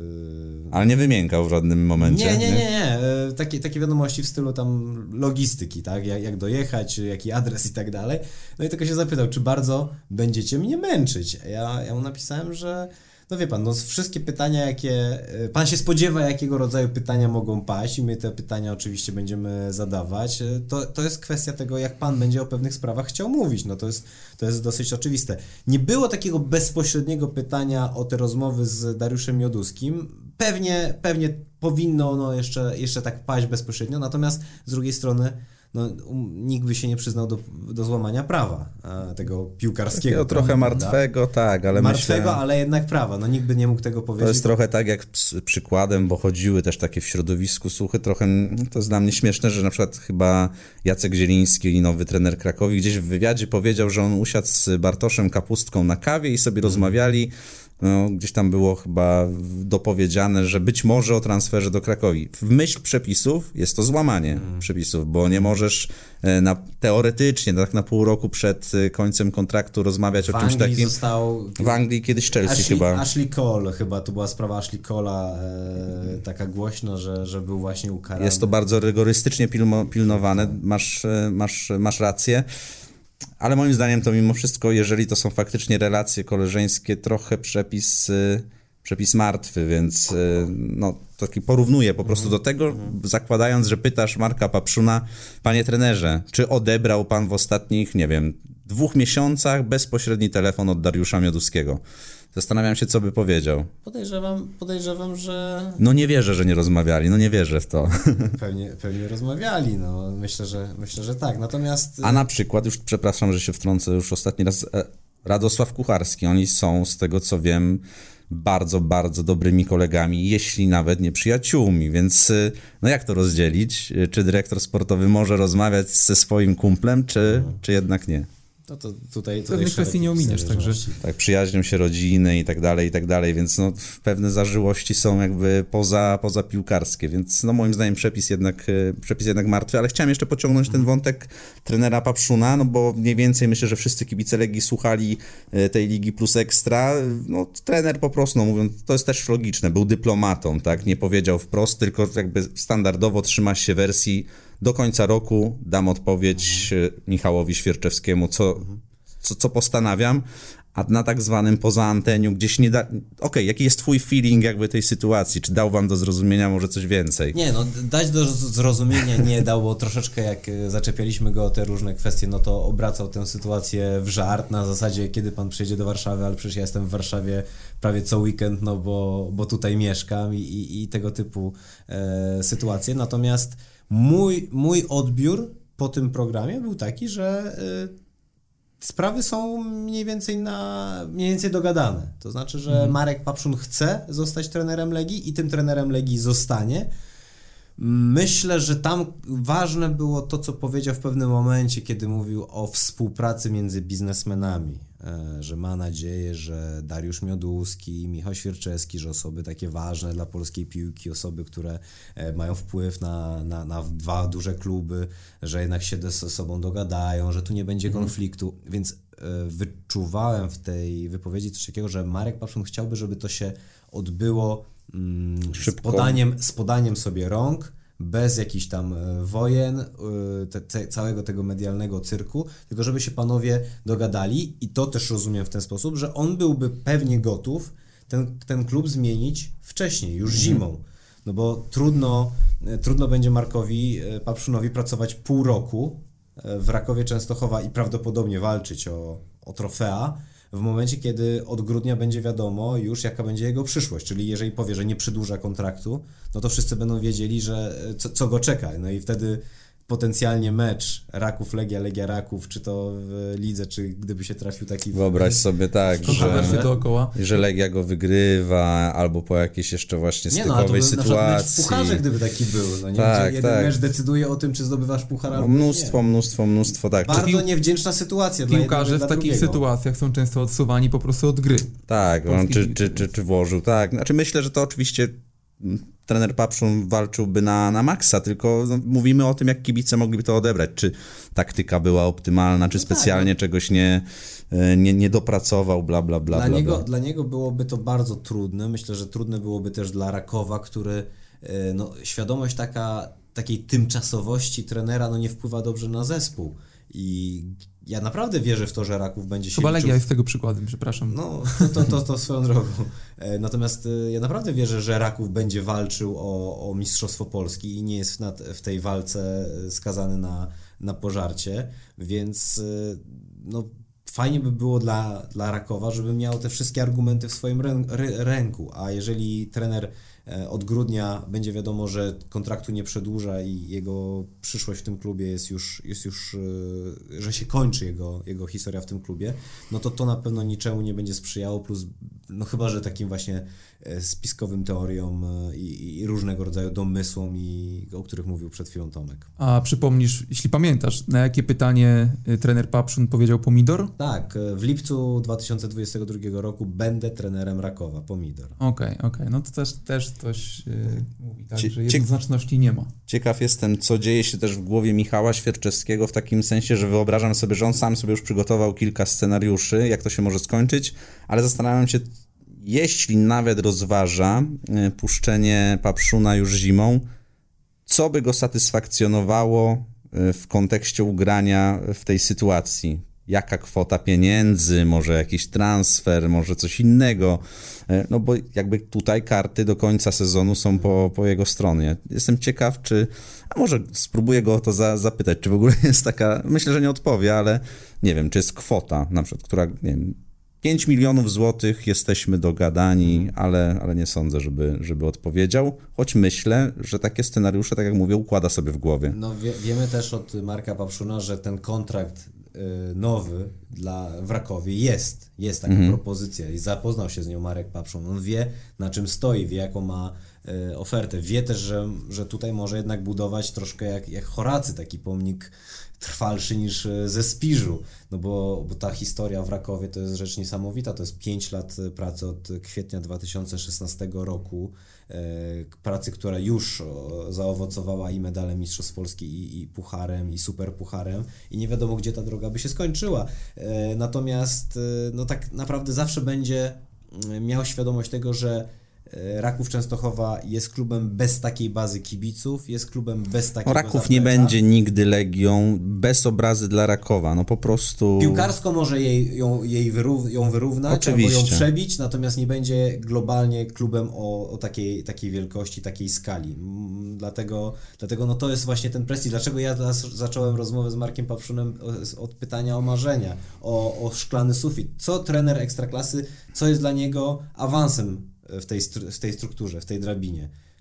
E, Ale nie wymiękał w żadnym momencie. Nie, nie, nie, nie. E, takie, takie wiadomości w stylu tam logistyki, tak, jak, jak dojechać, jaki adres i tak dalej. No i tylko się zapytał, czy bardzo będziecie mnie męczyć. Ja, ja mu napisałem, że no wie pan, no wszystkie pytania, jakie pan się spodziewa, jakiego rodzaju pytania mogą paść i my te pytania oczywiście będziemy zadawać, to, to jest kwestia tego, jak pan będzie o pewnych sprawach chciał mówić, no to jest, to jest dosyć oczywiste. Nie było takiego bezpośredniego pytania o te rozmowy z Dariuszem Mioduskim, pewnie, pewnie powinno no jeszcze, jeszcze tak paść bezpośrednio, natomiast z drugiej strony no, nikt by się nie przyznał do, do złamania prawa a, tego piłkarskiego. Takiego trochę martwego, tak, ale Martwego, myślę, ale jednak prawa. No nikt by nie mógł tego powiedzieć. To jest trochę tak jak z przykładem, bo chodziły też takie w środowisku słuchy, trochę, to jest dla mnie śmieszne, że na przykład chyba Jacek Zieliński, nowy trener Krakowi, gdzieś w wywiadzie powiedział, że on usiadł z Bartoszem Kapustką na kawie i sobie rozmawiali. No, gdzieś tam było chyba dopowiedziane, że być może o transferze do Krakowi. W myśl przepisów jest to złamanie mm. przepisów, bo nie możesz na, teoretycznie tak na pół roku przed końcem kontraktu rozmawiać w o czymś Anglii takim. Został... W Anglii kiedyś Chelsea Ashley, chyba. Ashley Cole chyba, to była sprawa Ashley Cole'a e, taka głośna, że, że był właśnie ukarany. Jest to bardzo rygorystycznie pilmo, pilnowane, masz, masz, masz rację. Ale moim zdaniem to mimo wszystko, jeżeli to są faktycznie relacje koleżeńskie, trochę przepis, przepis martwy, więc no, taki porównuję po prostu do tego, zakładając, że pytasz Marka Papszuna, panie trenerze, czy odebrał pan w ostatnich, nie wiem, dwóch miesiącach bezpośredni telefon od Dariusza Mioduskiego? Zastanawiam się, co by powiedział. Podejrzewam, podejrzewam, że... No nie wierzę, że nie rozmawiali, no nie wierzę w to. Pewnie, pewnie rozmawiali, no myślę, że myślę, że tak, natomiast... A na przykład, już przepraszam, że się wtrącę już ostatni raz, Radosław Kucharski, oni są, z tego co wiem, bardzo, bardzo dobrymi kolegami, jeśli nawet nie przyjaciółmi, więc no jak to rozdzielić? Czy dyrektor sportowy może rozmawiać ze swoim kumplem, czy, hmm. czy jednak nie? No to tutaj, tutaj pewnych kwestii nie ominiesz, także... Tak, przyjaźnią się rodziny i tak dalej, i tak dalej, więc no pewne zażyłości są jakby poza, poza piłkarskie, więc no moim zdaniem przepis jednak, przepis jednak martwy, ale chciałem jeszcze pociągnąć ten wątek trenera Papszuna, no bo mniej więcej myślę, że wszyscy kibice Legii słuchali tej Ligi Plus Ekstra, no trener po prostu, no mówiąc, to jest też logiczne, był dyplomatą, tak, nie powiedział wprost, tylko jakby standardowo trzyma się wersji do końca roku dam odpowiedź mhm. Michałowi Świerczewskiemu, co, mhm. co, co postanawiam, a na tak zwanym poza anteniu gdzieś nie da... Okej, okay, jaki jest twój feeling jakby tej sytuacji? Czy dał wam do zrozumienia może coś więcej? Nie, no dać do zrozumienia nie dał, bo troszeczkę jak zaczepialiśmy go o te różne kwestie, no to obracał tę sytuację w żart, na zasadzie kiedy pan przyjedzie do Warszawy, ale przecież ja jestem w Warszawie prawie co weekend, no bo, bo tutaj mieszkam i, i, i tego typu e, sytuacje. Natomiast mój, mój odbiór po tym programie był taki, że e, sprawy są mniej więcej na mniej więcej dogadane. To znaczy, że mhm. Marek Papszun chce zostać trenerem Legii i tym trenerem Legii zostanie. Myślę, że tam ważne było to, co powiedział w pewnym momencie, kiedy mówił o współpracy między biznesmenami, że ma nadzieję, że Dariusz Mioduski, Michał Świerczewski, że osoby takie ważne dla polskiej piłki, osoby, które mają wpływ na, na, na dwa duże kluby, że jednak się ze sobą dogadają, że tu nie będzie konfliktu, więc wyczuwałem w tej wypowiedzi coś takiego, że Marek Papszun chciałby, żeby to się odbyło z podaniem, z podaniem sobie rąk, bez jakichś tam wojen, te, te, całego tego medialnego cyrku, tylko żeby się panowie dogadali i to też rozumiem w ten sposób, że on byłby pewnie gotów ten, ten klub zmienić wcześniej, już zimą, no bo trudno, trudno będzie Markowi Papszunowi pracować pół roku w Rakowie Częstochowa i prawdopodobnie walczyć o, o trofea, w momencie, kiedy od grudnia będzie wiadomo już, jaka będzie jego przyszłość, czyli jeżeli powie, że nie przedłuża kontraktu, no to wszyscy będą wiedzieli, że co, co go czeka, no i wtedy potencjalnie mecz Raków-Legia, Legia-Raków, czy to w lidze, czy gdyby się trafił taki... Wyobraź sobie tak, że, dookoła. że Legia go wygrywa, albo po jakiejś jeszcze właśnie nie, stykowej no, to sytuacji. Mecz w pucharze, gdyby taki był, no nie? Tak, Gdzie jeden tak. mecz decyduje o tym, czy zdobywasz puchar No, albo mnóstwo, nie. mnóstwo, mnóstwo, tak. Bardzo Pił- niewdzięczna sytuacja dla Piłkarze jednego, w dla takich drugiego. sytuacjach są często odsuwani po prostu od gry. Tak, on Polskiej czy, piłce, czy, czy, więc. czy włożył, tak. Znaczy myślę, że to oczywiście trener Papszun walczyłby na, na maksa, tylko no, mówimy o tym, jak kibice mogliby to odebrać. Czy taktyka była optymalna, czy No specjalnie tak. czegoś nie, nie, nie dopracował, bla, bla, bla, Dla, bla, niego, bla. dla niego byłoby to bardzo trudne. Myślę, że trudne byłoby też dla Rakowa, który no, świadomość taka, takiej tymczasowości trenera no, nie wpływa dobrze na zespół. I ja naprawdę wierzę w to, że Raków będzie się Chyba liczył... Legia jest tego przykładem, przepraszam. No, to, to, to, to swoją drogą. Natomiast ja naprawdę wierzę, że Raków będzie walczył o, o Mistrzostwo Polski i nie jest w, nad, w tej walce skazany na, na pożarcie, więc no, fajnie by było dla, dla Rakowa, żeby miał te wszystkie argumenty w swoim rę, rę, ręku, a jeżeli trener od grudnia będzie wiadomo, że kontraktu nie przedłuża i jego przyszłość w tym klubie jest już, jest już że się kończy jego, jego historia w tym klubie, no to to na pewno niczemu nie będzie sprzyjało, plus no chyba, że takim właśnie spiskowym teoriom i, i różnego rodzaju domysłom, i, o których mówił przed chwilą Tomek. A przypomnisz, jeśli pamiętasz, na jakie pytanie trener Papszun powiedział pomidor? Tak, w lipcu dwa tysiące dwudziestego drugiego roku będę trenerem Rakowa, pomidor. Okej, okay, okej, okay. No to też, też coś yy, mówi, tak, Cie- że jednoznaczności nie ma. Ciekaw jestem, co dzieje się też w głowie Michała Świerczewskiego w takim sensie, że wyobrażam sobie, że on sam sobie już przygotował kilka scenariuszy, jak to się może skończyć, ale zastanawiam się, jeśli nawet rozważa y, puszczenie Papszuna już zimą, co by go satysfakcjonowało y, w kontekście ugrania w tej sytuacji? Jaka kwota pieniędzy, może jakiś transfer, może coś innego, y, no bo jakby tutaj karty do końca sezonu są po, po jego stronie. Jestem ciekaw, czy, a może spróbuję go o to za, zapytać, czy w ogóle jest taka, myślę, że nie odpowie, ale nie wiem, czy jest kwota na przykład, która, nie wiem, pięć milionów złotych, jesteśmy dogadani, ale, ale nie sądzę, żeby, żeby odpowiedział, choć myślę, że takie scenariusze, tak jak mówię, układa sobie w głowie. No wie, wiemy też od Marka Papszuna, że ten kontrakt y, nowy dla w Rakowie jest, jest taka Mhm. propozycja i zapoznał się z nią Marek Papszun. On wie, na czym stoi, wie, jaką ma y, ofertę. Wie też, że, że tutaj może jednak budować troszkę jak, jak Horacy, taki pomnik trwalszy niż ze Spiżu, no bo, bo ta historia w Rakowie to jest rzecz niesamowita, to jest pięć lat pracy od kwietnia dwa tysiące szesnastego roku, e, pracy, która już o, zaowocowała i medalem Mistrzostw Polski i, i pucharem, i superpucharem, i nie wiadomo, gdzie ta droga by się skończyła. E, natomiast e, no tak naprawdę zawsze będzie miał świadomość tego, że Raków Częstochowa jest klubem bez takiej bazy kibiców, jest klubem bez takiego O, Raków zaplecza. nie będzie nigdy Legią, bez obrazy dla Rakowa, no po prostu... Piłkarsko może jej, ją, jej wyrów, ją wyrównać, Oczywiście. albo ją przebić, natomiast nie będzie globalnie klubem o, o takiej, takiej wielkości, takiej skali. Mm, Dlatego, dlatego no to jest właśnie ten prestiż. Dlaczego ja teraz zacząłem rozmowę z Markiem Papszunem od pytania o marzenia, o, o szklany sufit. Co trener Ekstraklasy, co jest dla niego awansem w tej, w tej strukturze, w tej drabinie?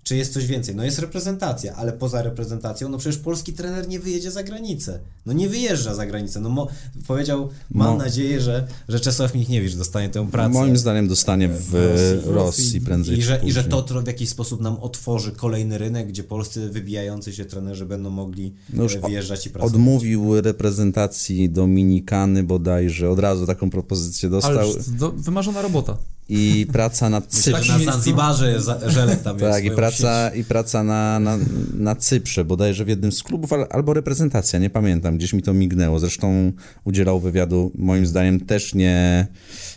Czy jest coś więcej? No jest reprezentacja, ale poza reprezentacją, no przecież polski trener nie wyjedzie za granicę. No nie wyjeżdża za granicę. No mo, powiedział, mam no. nadzieję, że, że Czesław Michniewicz dostanie tę pracę. Moim zdaniem dostanie w, w Rosji, Rosji prędzej I że, czy I że to w jakiś sposób nam otworzy kolejny rynek, gdzie polscy wybijający się trenerzy będą mogli no już wyjeżdżać i pracować. Odmówił reprezentacji Dominikany bodajże, od razu taką propozycję dostał. Ale do, wymarzona robota. I praca nad Cyprze. Na Zanzibarze Żelek tam jest. Tak, i praca, i praca na, na, na Cyprze, bodajże w jednym z klubów, albo reprezentacja, nie pamiętam, gdzieś mi to mignęło. Zresztą udzielał wywiadu, moim zdaniem też nie,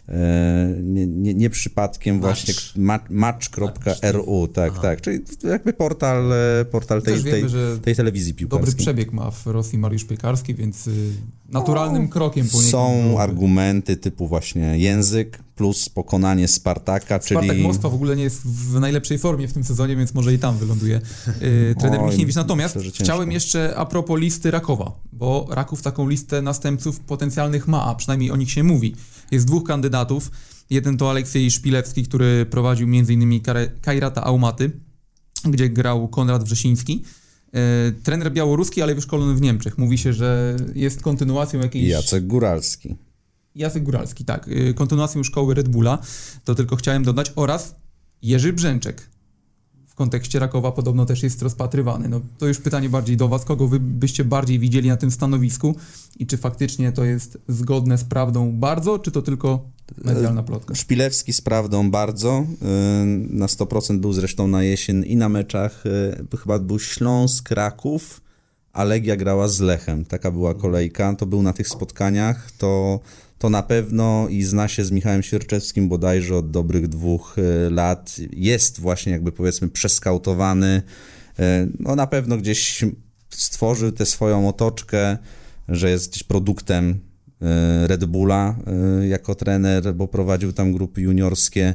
nie, nie, nie przypadkiem match. właśnie match kropka r u, tak, Aha. tak, czyli jakby portal, portal tej, wiemy, tej, tej telewizji piłkarskiej. Dobry przebieg ma w Rosji Mariusz Piekarski, więc naturalnym o, krokiem poniekąd. Są argumenty typu właśnie język, plus pokonanie Spartaka, czyli... Spartak Moskwa w ogóle nie jest w najlepszej formie w tym sezonie, więc może i tam wyląduje yy, trener Oj, Michniewicz. Natomiast myślę, chciałem jeszcze a propos listy Rakowa, bo Raków taką listę następców potencjalnych ma, a przynajmniej o nich się mówi. Jest dwóch kandydatów. Jeden to Aleksiej Szpilewski, który prowadził m.in. Kajrata Almaty, gdzie grał Konrad Wrzesiński. Yy, trener białoruski, ale wyszkolony w Niemczech. Mówi się, że jest kontynuacją jakiejś... Jacek Góralski. Jacek Góralski, tak. Kontynuacją szkoły Red Bulla, to tylko chciałem dodać, oraz Jerzy Brzęczek. W kontekście Rakowa podobno też jest rozpatrywany. No, to już pytanie bardziej do was, kogo wy byście bardziej widzieli na tym stanowisku i czy faktycznie to jest zgodne z prawdą bardzo, czy to tylko medialna plotka? Szpilewski z prawdą bardzo. Na sto procent był zresztą na jesień i na meczach. Chyba był Śląsk, Raków, a Legia grała z Lechem. Taka była kolejka. To był na tych spotkaniach. To... To na pewno i zna się z Michałem Świerczewskim bodajże od dobrych dwóch lat. Jest właśnie jakby powiedzmy przeskautowany. No na pewno gdzieś stworzył tę swoją otoczkę, że jest gdzieś produktem Red Bulla jako trener, bo prowadził tam grupy juniorskie.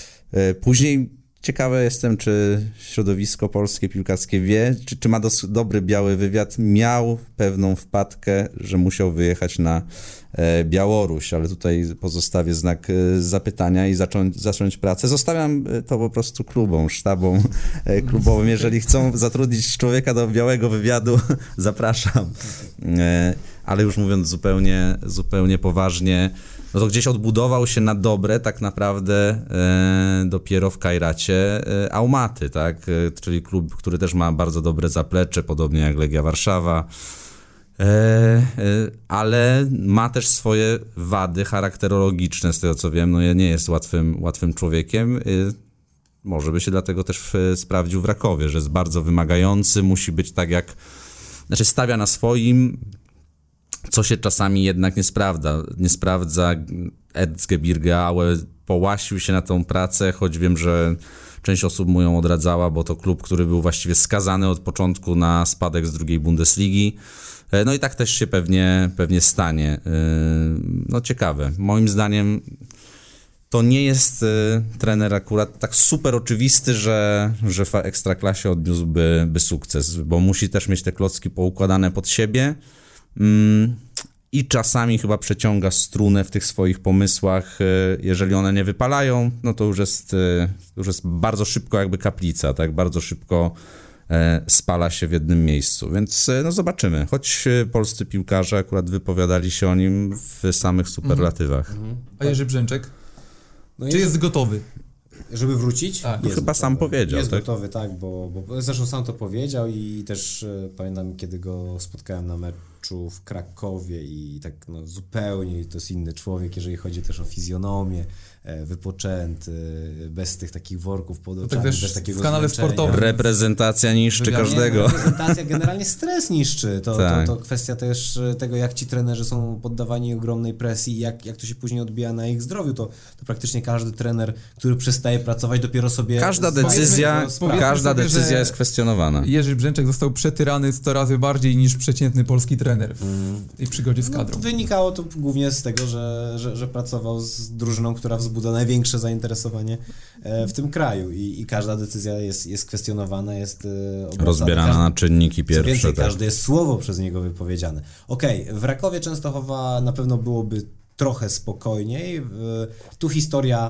Później ciekawe jestem, czy środowisko polskie piłkarskie wie, czy, czy ma dos- dobry biały wywiad. Miał pewną wpadkę, że musiał wyjechać na e, Białoruś, ale tutaj pozostawię znak e, zapytania i zacząć, zacząć pracę. Zostawiam to po prostu klubom, sztabom e, klubowym. Jeżeli chcą zatrudnić człowieka do białego wywiadu, zapraszam. E, ale już mówiąc zupełnie, zupełnie poważnie, no to gdzieś odbudował się na dobre tak naprawdę e, dopiero w Kajracie e, Almaty, tak? E, czyli klub, który też ma bardzo dobre zaplecze, podobnie jak Legia Warszawa, e, e, ale ma też swoje wady charakterologiczne, z tego co wiem, no nie jest łatwym, łatwym człowiekiem. E, może by się dlatego też w, sprawdził w Rakowie, że jest bardzo wymagający, musi być tak jak, znaczy stawia na swoim, co się czasami jednak nie sprawdza. Nie sprawdza. Erzgebirge Aue połasił się na tą pracę, choć wiem, że część osób mu ją odradzała, bo to klub, który był właściwie skazany od początku na spadek z drugiej Bundesligi. No i tak też się pewnie, pewnie stanie. No ciekawe. Moim zdaniem to nie jest trener akurat tak super oczywisty, że, że w Ekstraklasie odniósłby by sukces, bo musi też mieć te klocki poukładane pod siebie. I czasami chyba przeciąga strunę w tych swoich pomysłach. Jeżeli one nie wypalają, no to już jest, już jest bardzo szybko jakby kaplica, tak? Bardzo szybko spala się w jednym miejscu, więc no zobaczymy. Choć polscy piłkarze akurat wypowiadali się o nim w samych superlatywach. Mhm. A Jerzy Brzęczek? No Czy jest, jest gotowy? Żeby wrócić? Tak. Jest chyba gotowy. Sam powiedział. Jest tak? gotowy, tak, bo, bo zresztą sam to powiedział i też e, pamiętam, kiedy go spotkałem na meczu w Krakowie i tak no, zupełnie to jest inny człowiek, jeżeli chodzi też o fizjonomię, e, wypoczęty, bez tych takich worków pod oczami, no tak bez takiego w kanale sportowym. Reprezentacja niszczy każdego. Nie, reprezentacja generalnie stres niszczy. To, tak. to, to kwestia też tego, jak ci trenerzy są poddawani ogromnej presji i jak, jak to się później odbija na ich zdrowiu. To, to praktycznie każdy trener, który przestaje pracować, dopiero sobie... Każda decyzja, każda sobie, decyzja jest kwestionowana. Jerzy Brzęczek został przetyrany sto razy bardziej niż przeciętny polski trener w mm. tej przygodzie z kadrą. No, wynikało to głównie z tego, że, że, że pracował z drużyną, która wzbudza największe zainteresowanie w tym kraju i, i każda decyzja jest, jest kwestionowana, jest obracana. Rozbierana każdy, na czynniki pierwsze. Co więcej, tak. każde jest słowo przez niego wypowiedziane. Okej, okay, w Rakowie Częstochowa na pewno byłoby trochę spokojniej. Tu historia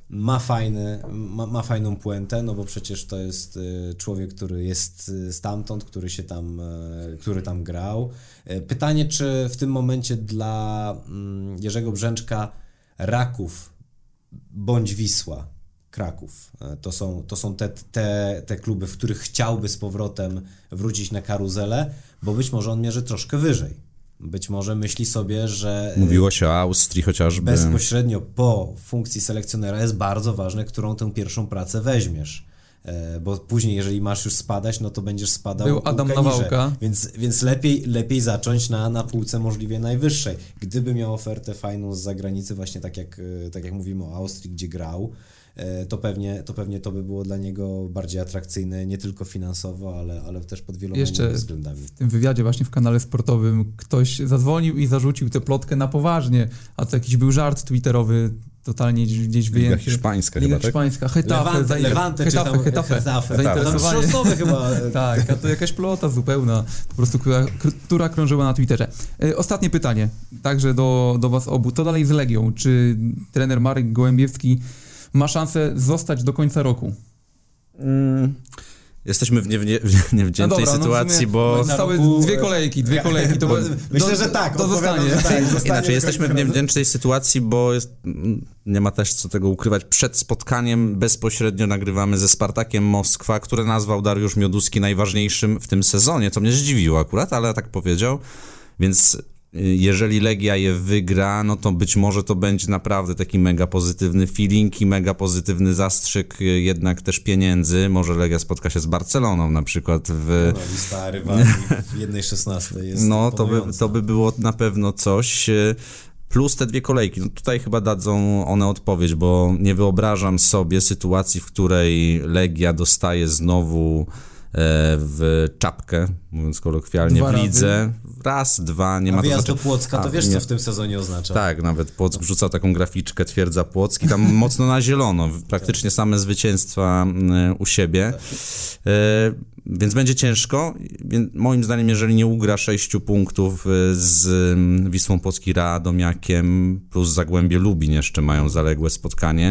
ma fajny, ma, ma fajną puentę, no bo przecież to jest człowiek, który jest stamtąd, który się tam, który tam grał. Pytanie, czy w tym momencie dla Jerzego Brzęczka Raków bądź Wisła, Kraków, to są, to są te, te, te kluby, w których chciałby z powrotem wrócić na karuzelę, bo być może on mierzy troszkę wyżej. Być może myśli sobie, że... Mówiło się o Austrii chociażby. Bezpośrednio po funkcji selekcjonera jest bardzo ważne, którą tę pierwszą pracę weźmiesz. Bo później, jeżeli masz już spadać, no to będziesz spadał Był Adam Nawałka. Więc, więc lepiej, lepiej zacząć na, na półce możliwie najwyższej. Gdyby miał ofertę fajną z zagranicy, właśnie tak jak, tak jak mówimy o Austrii, gdzie grał, to pewnie, to pewnie to by było dla niego bardziej atrakcyjne, nie tylko finansowo, ale, ale też pod wieloma Jeszcze względami. W tym wywiadzie właśnie w kanale sportowym ktoś zadzwonił i zarzucił tę plotkę na poważnie, a to jakiś był żart twitterowy, totalnie gdzieś wyjęty. Liga hiszpańska Liga chyba, hiszpańska, Hetafe, Levante, zainter... Levante, Hetafe, czy tam Hetafe, Hetafe. zainteresowanie. Tam trzy osoby chyba. Tak, a to jakaś plota zupełna, po prostu, która, która krążyła na Twitterze. E, ostatnie pytanie, także do, do was obu. Co dalej z Legią? Czy trener Marek Gołębiewski ma szansę zostać do końca roku? Mm. Jesteśmy w, nie, w niewdzięcznej no dobra, sytuacji, no bo... Zostały dwie kolejki, dwie kolejki. To Myślę, do, że tak. To zostanie. Że tak, zostanie. Inaczej, jesteśmy w niewdzięcznej sytuacji, bo jest, nie ma też co tego ukrywać. Przed spotkaniem bezpośrednio nagrywamy ze Spartakiem Moskwa, które nazwał Dariusz Mioduski najważniejszym w tym sezonie, co mnie zdziwiło akurat, ale tak powiedział. Więc jeżeli Legia je wygra, no to być może to będzie naprawdę taki mega pozytywny feeling i mega pozytywny zastrzyk jednak też pieniędzy. Może Legia spotka się z Barceloną na przykład w... No, lista rywali w jednej szesnastej jest No to by, to by było na pewno coś. Plus te dwie kolejki. No tutaj chyba dadzą one odpowiedź, bo nie wyobrażam sobie sytuacji, w której Legia dostaje znowu w czapkę, mówiąc kolokwialnie, dwa w lidze. Razy. Raz, dwa, nie A ma to wyjazd znaczy... do Płocka, to A, wiesz, nie... co w tym sezonie oznacza. Tak, nawet Płock wrzucał taką graficzkę, twierdza Płock i tam mocno na zielono, praktycznie same zwycięstwa u siebie. E, więc będzie ciężko. Moim zdaniem, jeżeli nie ugra sześciu punktów z Wisłą Płocki, Radomiakiem plus Zagłębie Lubin jeszcze mają zaległe spotkanie,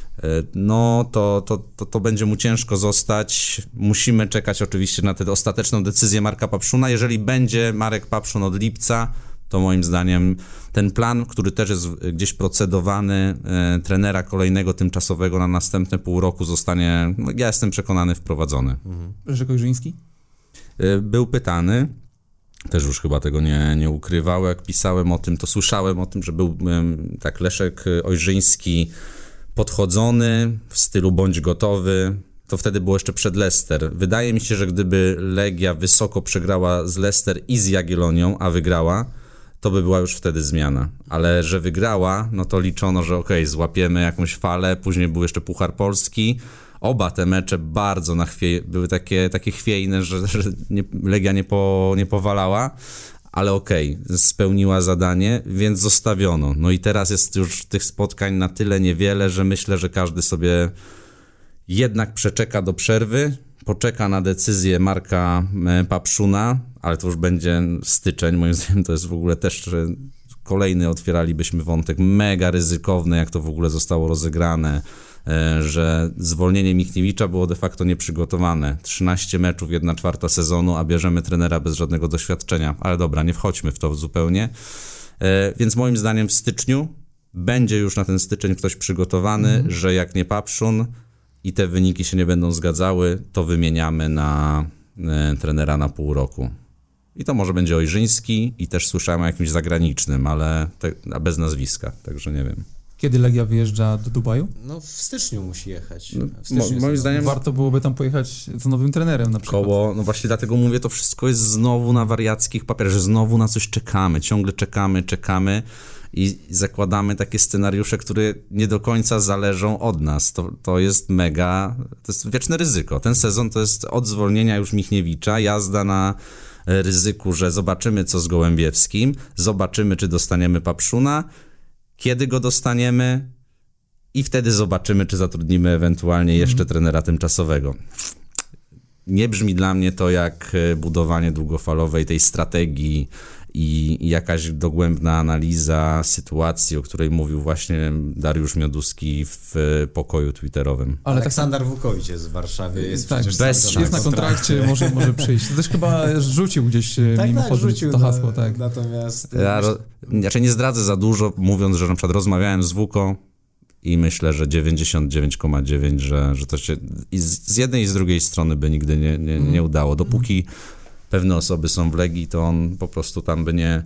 no to, to, to, to będzie mu ciężko zostać. Musimy czekać oczywiście na tę ostateczną decyzję Marka Papszuna. Jeżeli będzie Marek Papszun od lipca, to moim zdaniem ten plan, który też jest gdzieś procedowany, e, trenera kolejnego tymczasowego na następne pół roku zostanie, no, ja jestem przekonany, wprowadzony. Leszek Ojrzyński? E, był pytany. Też już chyba tego nie, nie ukrywał. Jak pisałem o tym, to słyszałem o tym, że był e, tak Leszek Ojrzyński podchodzony w stylu bądź gotowy, to wtedy było jeszcze przed Leicester. Wydaje mi się, że gdyby Legia wysoko przegrała z Leicester i z Jagiellonią, a wygrała, to by była już wtedy zmiana. Ale że wygrała, no to liczono, że okej, okay, złapiemy jakąś falę, później był jeszcze Puchar Polski. Oba te mecze bardzo na chwie... były takie, takie chwiejne, że, że nie, Legia nie, po, nie powalała. Ale okej, okay, spełniła zadanie, więc zostawiono. No i teraz jest już tych spotkań na tyle niewiele, że myślę, że każdy sobie jednak przeczeka do przerwy, poczeka na decyzję Marka Papszuna, ale to już będzie styczeń, moim zdaniem to jest w ogóle też kolejny, otwieralibyśmy wątek mega ryzykowny, jak to w ogóle zostało rozegrane, że zwolnienie Michniewicza było de facto nieprzygotowane. trzynaście meczów, jedna czwarta sezonu, a bierzemy trenera bez żadnego doświadczenia. Ale dobra, nie wchodźmy w to zupełnie. Więc moim zdaniem w styczniu będzie już na ten styczeń ktoś przygotowany, mm. że jak nie Papszun i te wyniki się nie będą zgadzały, to wymieniamy na e, trenera na pół roku. I to może będzie Ojrzyński i też słyszałem o jakimś zagranicznym, ale te, a bez nazwiska, także nie wiem. Kiedy Legia wyjeżdża do Dubaju? No w styczniu musi jechać. No, w styczniu mo, moim zdaniem warto byłoby tam pojechać z nowym trenerem na przykład. Koło, no właśnie dlatego mówię, to wszystko jest znowu na wariackich papierach, że znowu na coś czekamy, ciągle czekamy, czekamy i zakładamy takie scenariusze, które nie do końca zależą od nas. To, to jest mega, to jest wieczne ryzyko. Ten sezon to jest od zwolnienia już Michniewicza, jazda na ryzyku, że zobaczymy co z Gołębiewskim, zobaczymy czy dostaniemy Papszuna, kiedy go dostaniemy i wtedy zobaczymy, czy zatrudnimy ewentualnie jeszcze mm. trenera tymczasowego. Nie brzmi dla mnie to jak budowanie długofalowej tej strategii i, i jakaś dogłębna analiza sytuacji, o której mówił właśnie Dariusz Mioduski w pokoju twitterowym. Ale Aleksander tak... Wukowicz jest w Warszawie, jest tak, przecież bez, jest na kontrakcie, może, może przyjść. Też chyba rzucił gdzieś tak, mimochodem tak, to hasło. Tak. Natomiast... Ja ro... znaczy nie zdradzę za dużo, mówiąc, że na przykład rozmawiałem z Wuko i myślę, że dziewięćdziesiąt dziewięć przecinek dziewięć, że, że to się i z jednej i z drugiej strony by nigdy nie, nie, nie udało. Dopóki pewne osoby są w Legii, to on po prostu tam by nie,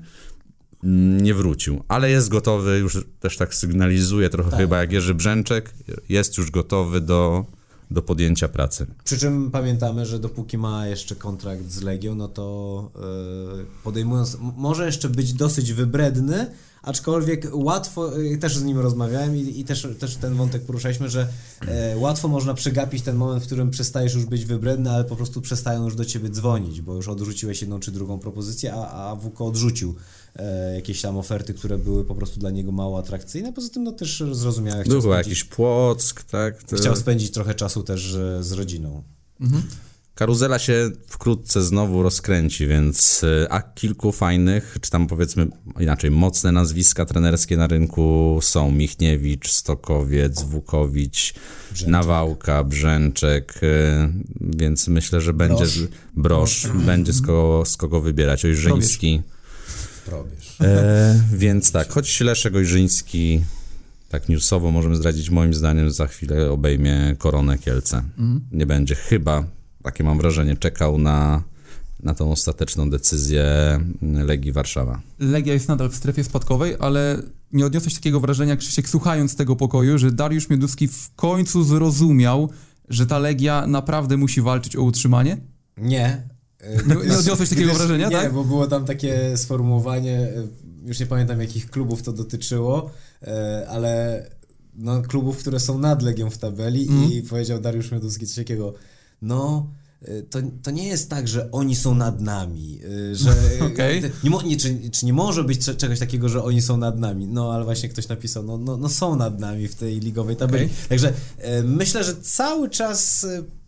nie wrócił. Ale jest gotowy, już też tak sygnalizuje trochę tak. chyba jak Jerzy Brzęczek, jest już gotowy do, do podjęcia pracy. Przy czym pamiętamy, że dopóki ma jeszcze kontrakt z Legią, no to yy, podejmując, m- może jeszcze być dosyć wybredny, aczkolwiek łatwo, też z nim rozmawiałem i, i też, też ten wątek poruszaliśmy, że e, łatwo można przegapić ten moment, w którym przestajesz już być wybredny, ale po prostu przestają już do ciebie dzwonić, bo już odrzuciłeś jedną czy drugą propozycję, a, a Wuko odrzucił e, jakieś tam oferty, które były po prostu dla niego mało atrakcyjne. Poza tym no też zrozumiałem, chciał Był jakiś Płock, tak? To... Chciał spędzić trochę czasu też e, z rodziną. Mhm. Karuzela się wkrótce znowu rozkręci, więc a kilku fajnych, czy tam powiedzmy inaczej, mocne nazwiska trenerskie na rynku są. Michniewicz, Stokowiec, Wukowicz, Brzęczek. Nawałka, Brzęczek, więc myślę, że będzie Brosz, Brosz będzie z kogo, z kogo wybierać. Ojrzyński. Probierz. E, więc tak, choć Leszek Ojrzyński, tak newsowo możemy zdradzić, moim zdaniem za chwilę obejmie Koronę Kielce. Mhm. Nie będzie chyba, takie mam wrażenie, czekał na, na tą ostateczną decyzję Legii Warszawa. Legia jest nadal w strefie spadkowej, ale nie odniosłeś takiego wrażenia, Krzysiek, słuchając tego pokoju, że Dariusz Mioduski w końcu zrozumiał, że ta Legia naprawdę musi walczyć o utrzymanie? Nie. Nie, nie odniosłeś takiego Gdyż, wrażenia, nie, tak? Nie, bo było tam takie sformułowanie, już nie pamiętam jakich klubów to dotyczyło, ale no, klubów, które są nad Legią w tabeli mm. i powiedział Dariusz Mioduski coś takiego, no to, to nie jest tak, że oni są nad nami, że okay. nie, nie, czy, czy nie może być czegoś takiego, że oni są nad nami, no ale właśnie ktoś napisał, no, no, no są nad nami w tej ligowej tabeli. Okay. Także e, myślę, że cały czas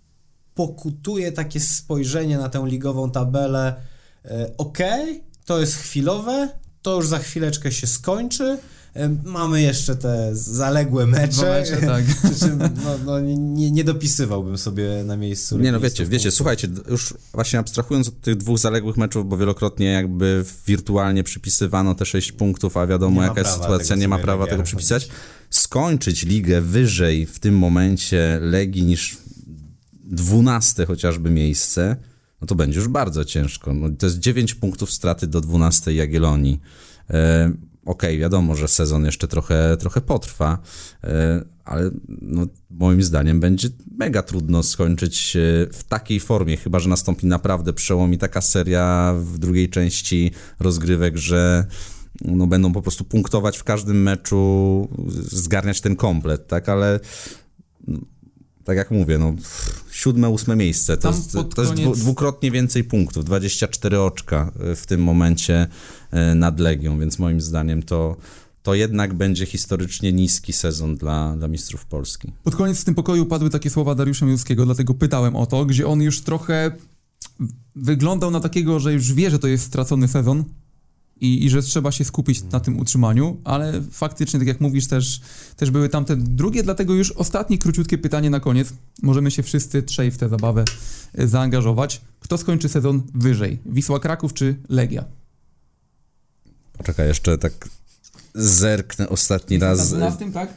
pokutuje takie spojrzenie na tę ligową tabelę, e, okej, okay, to jest chwilowe, to już za chwileczkę się skończy, mamy jeszcze te zaległe mecze, mecze tak. Przy czym no, no, nie, nie dopisywałbym sobie na miejscu. Nie no wiecie, wiecie, słuchajcie, już właśnie abstrahując od tych dwóch zaległych meczów, bo wielokrotnie jakby wirtualnie przypisywano te sześć punktów, a wiadomo jaka jest sytuacja, nie ma prawa tego przypisać. Skończyć ligę wyżej w tym momencie Legii niż dwunaste chociażby miejsce, no to będzie już bardzo ciężko. No, to jest dziewięć punktów straty do dwunastej Jagiellonii. E, Okej, okay, wiadomo, że sezon jeszcze trochę, trochę potrwa, ale no, moim zdaniem będzie mega trudno skończyć w takiej formie, chyba że nastąpi naprawdę przełom i taka seria w drugiej części rozgrywek, że no, będą po prostu punktować w każdym meczu, zgarniać ten komplet, tak, ale no, tak jak mówię, no siódme, ósme miejsce, to jest, to jest dwu, dwukrotnie więcej punktów, dwadzieścia cztery oczka w tym momencie nad Legią, więc moim zdaniem to, to jednak będzie historycznie niski sezon dla, dla mistrzów Polski. Pod koniec w tym pokoju padły takie słowa Dariusza Mioduskiego, dlatego pytałem o to, gdzie on już trochę wyglądał na takiego, że już wie, że to jest stracony sezon i, i że trzeba się skupić na tym utrzymaniu, ale faktycznie, tak jak mówisz, też, też były tamte drugie, dlatego już ostatnie króciutkie pytanie na koniec. Możemy się wszyscy trzej w tę zabawę zaangażować. Kto skończy sezon wyżej? Wisła Kraków czy Legia? Poczekaj, jeszcze tak zerknę ostatni jest raz. Na dwunastym, tak?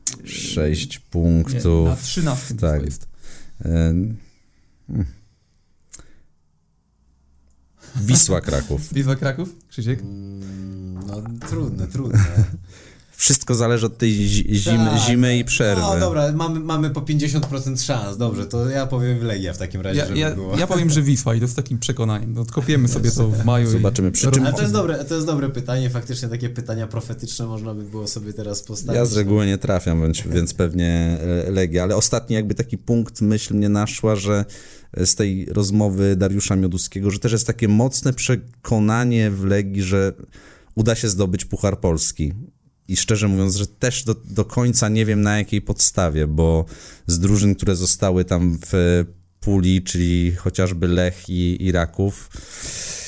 Sześć punktów. Nie, na trzynastym tak. to jest. Hmm. Wisła Kraków. Wisła Kraków? Krzysiek? No trudne, trudne. Wszystko zależy od tej zimy, tak. zimy i przerwy. No dobra, mamy, mamy po pięćdziesiąt procent szans. Dobrze, to ja powiem Legia w takim razie, ja, żeby ja, było. Ja powiem, że Wisła i to z takim przekonaniem. Odkopiemy sobie to w maju. Zobaczymy przy czym. Ale to jest dobre, to jest dobre pytanie. Faktycznie takie pytania profetyczne można by było sobie teraz postawić. Ja z reguły nie trafiam, więc, więc pewnie Legia. Ale ostatni jakby taki punkt, myśl mnie naszła, że z tej rozmowy Dariusza Mioduskiego, że też jest takie mocne przekonanie w Legii, że uda się zdobyć Puchar Polski. I szczerze mówiąc, że też do, do końca nie wiem na jakiej podstawie, bo z drużyn, które zostały tam w puli, czyli chociażby Lech i, i Raków,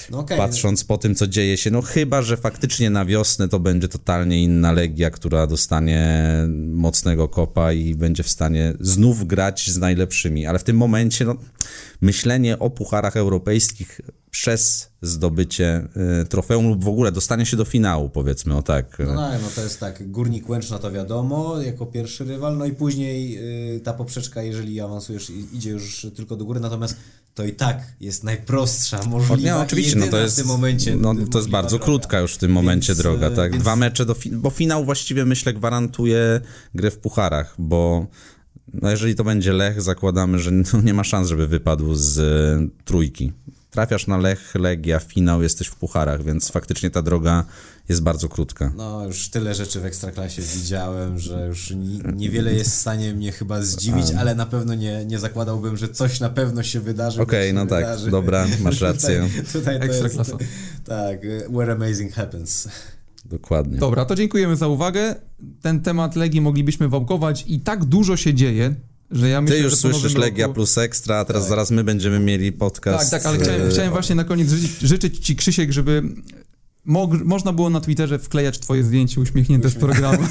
No okay. Patrząc po tym, co dzieje się, no chyba, że faktycznie na wiosnę to będzie totalnie inna Legia, która dostanie mocnego kopa i będzie w stanie znów grać z najlepszymi, ale w tym momencie no, myślenie o pucharach europejskich przez zdobycie y, trofeum lub w ogóle dostanie się do finału, powiedzmy o tak. No, no, no to jest tak, Górnik Łęczna to wiadomo, jako pierwszy rywal, no i później y, ta poprzeczka, jeżeli awansujesz, idzie już tylko do góry, natomiast to i tak jest najprostsza możliwa, nie, oczywiście, no to jest, w tym momencie. No to jest bardzo droga. Krótka już w tym momencie więc, droga, tak? Więc... Dwa mecze, do fi- bo finał właściwie myślę gwarantuje grę w pucharach, bo no jeżeli to będzie Lech, zakładamy, że no nie ma szans, żeby wypadł z y, trójki. Trafiasz na Lech, Legia, finał, jesteś w pucharach, więc faktycznie ta droga jest bardzo krótka. No już tyle rzeczy w Ekstraklasie widziałem, że już ni- niewiele jest w stanie mnie chyba zdziwić, A. ale na pewno nie, nie zakładałbym, że coś na pewno się wydarzy. Okej, okay, no tak, wydarzy. Dobra, masz rację. tutaj, tutaj to Ekstraklasa. Jest, tak, where amazing happens. Dokładnie. Dobra, to dziękujemy za uwagę. Ten temat Legii moglibyśmy wałkować i tak dużo się dzieje, że ja myślę, Ty już że słyszysz roku... Legia plus Ekstra, a teraz tak. zaraz my będziemy mieli podcast. Tak, tak, ale chciałem, chciałem właśnie na koniec życzyć, życzyć Ci, Krzysiek, żeby mo- można było na Twitterze wklejać twoje zdjęcie uśmiechnięte z programu.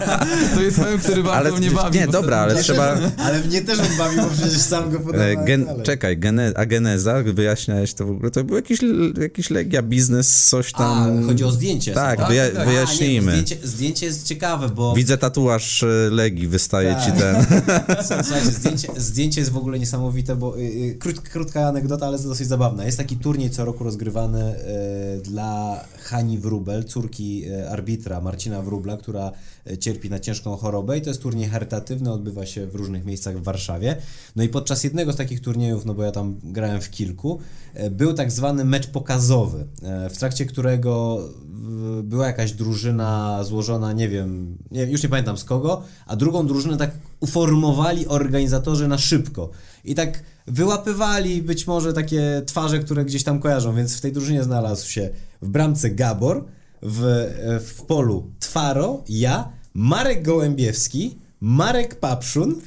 To jest mem, który bardzo ale, mnie bawi. Nie, dobra, ale trzeba... Też, ale mnie też on bawi, bo przecież sam go podawałem. Gen... Czekaj, gene... a geneza, wyjaśniałeś to w ogóle, to był jakiś, jakiś Legia biznes, coś tam... A, chodzi o zdjęcie. Tak, tak? wyja... tak. wyjaśnijmy. A, nie, zdjęcie, zdjęcie jest ciekawe, bo... Widzę tatuaż Legii, wystaje tak. ci ten... Słuchajcie, zdjęcie, zdjęcie jest w ogóle niesamowite, bo yy, krótka, krótka anegdota, ale dosyć zabawna. Jest taki turniej co roku rozgrywany yy, dla Hani Wróbel, córki arbitra Marcina Wróbla, która cierpi na ciężką chorobę i to jest turniej charytatywny, odbywa się w różnych miejscach w Warszawie. No i podczas jednego z takich turniejów, no bo ja tam grałem w kilku, był tak zwany mecz pokazowy, w trakcie którego była jakaś drużyna złożona, nie wiem, nie, już nie pamiętam z kogo, a drugą drużynę tak uformowali organizatorzy na szybko. I tak wyłapywali być może takie twarze, które gdzieś tam kojarzą, więc w tej drużynie znalazł się w bramce Gabor, w, w polu Twaro, ja, Marek Gołębiewski, Marek Papszun,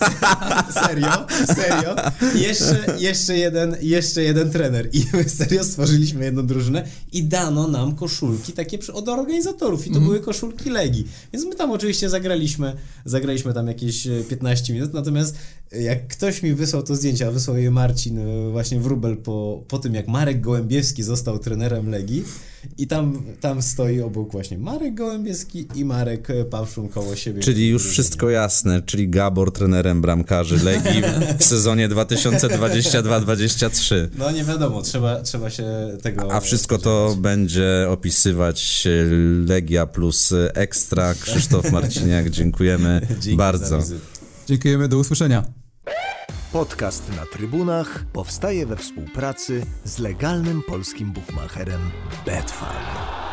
serio, serio, jeszcze, jeszcze, jeden, jeszcze jeden trener i my serio stworzyliśmy jedną drużynę i dano nam koszulki takie od organizatorów i to mm. były koszulki Legii, więc my tam oczywiście zagraliśmy, zagraliśmy tam jakieś piętnaście minut, natomiast jak ktoś mi wysłał to zdjęcie, a wysłał je Marcin właśnie Wróbel po, po tym jak Marek Gołębiewski został trenerem Legii i tam, tam stoi obok właśnie Marek Gołębiewski i Marek Papszun koło siebie. Czyli już wszystko jasne, czyli Gabor trenerem bramkarzy Legii w sezonie dwa tysiące dwudziestym drugim dwudziestym trzecim. No nie wiadomo, trzeba, trzeba się tego... A wszystko to będzie opisywać Legia plus Ekstra. Krzysztof Marciniak, dziękujemy Dzięki bardzo. Dziękujemy, do usłyszenia. Podcast na trybunach powstaje we współpracy z legalnym polskim bookmacherem Betfair.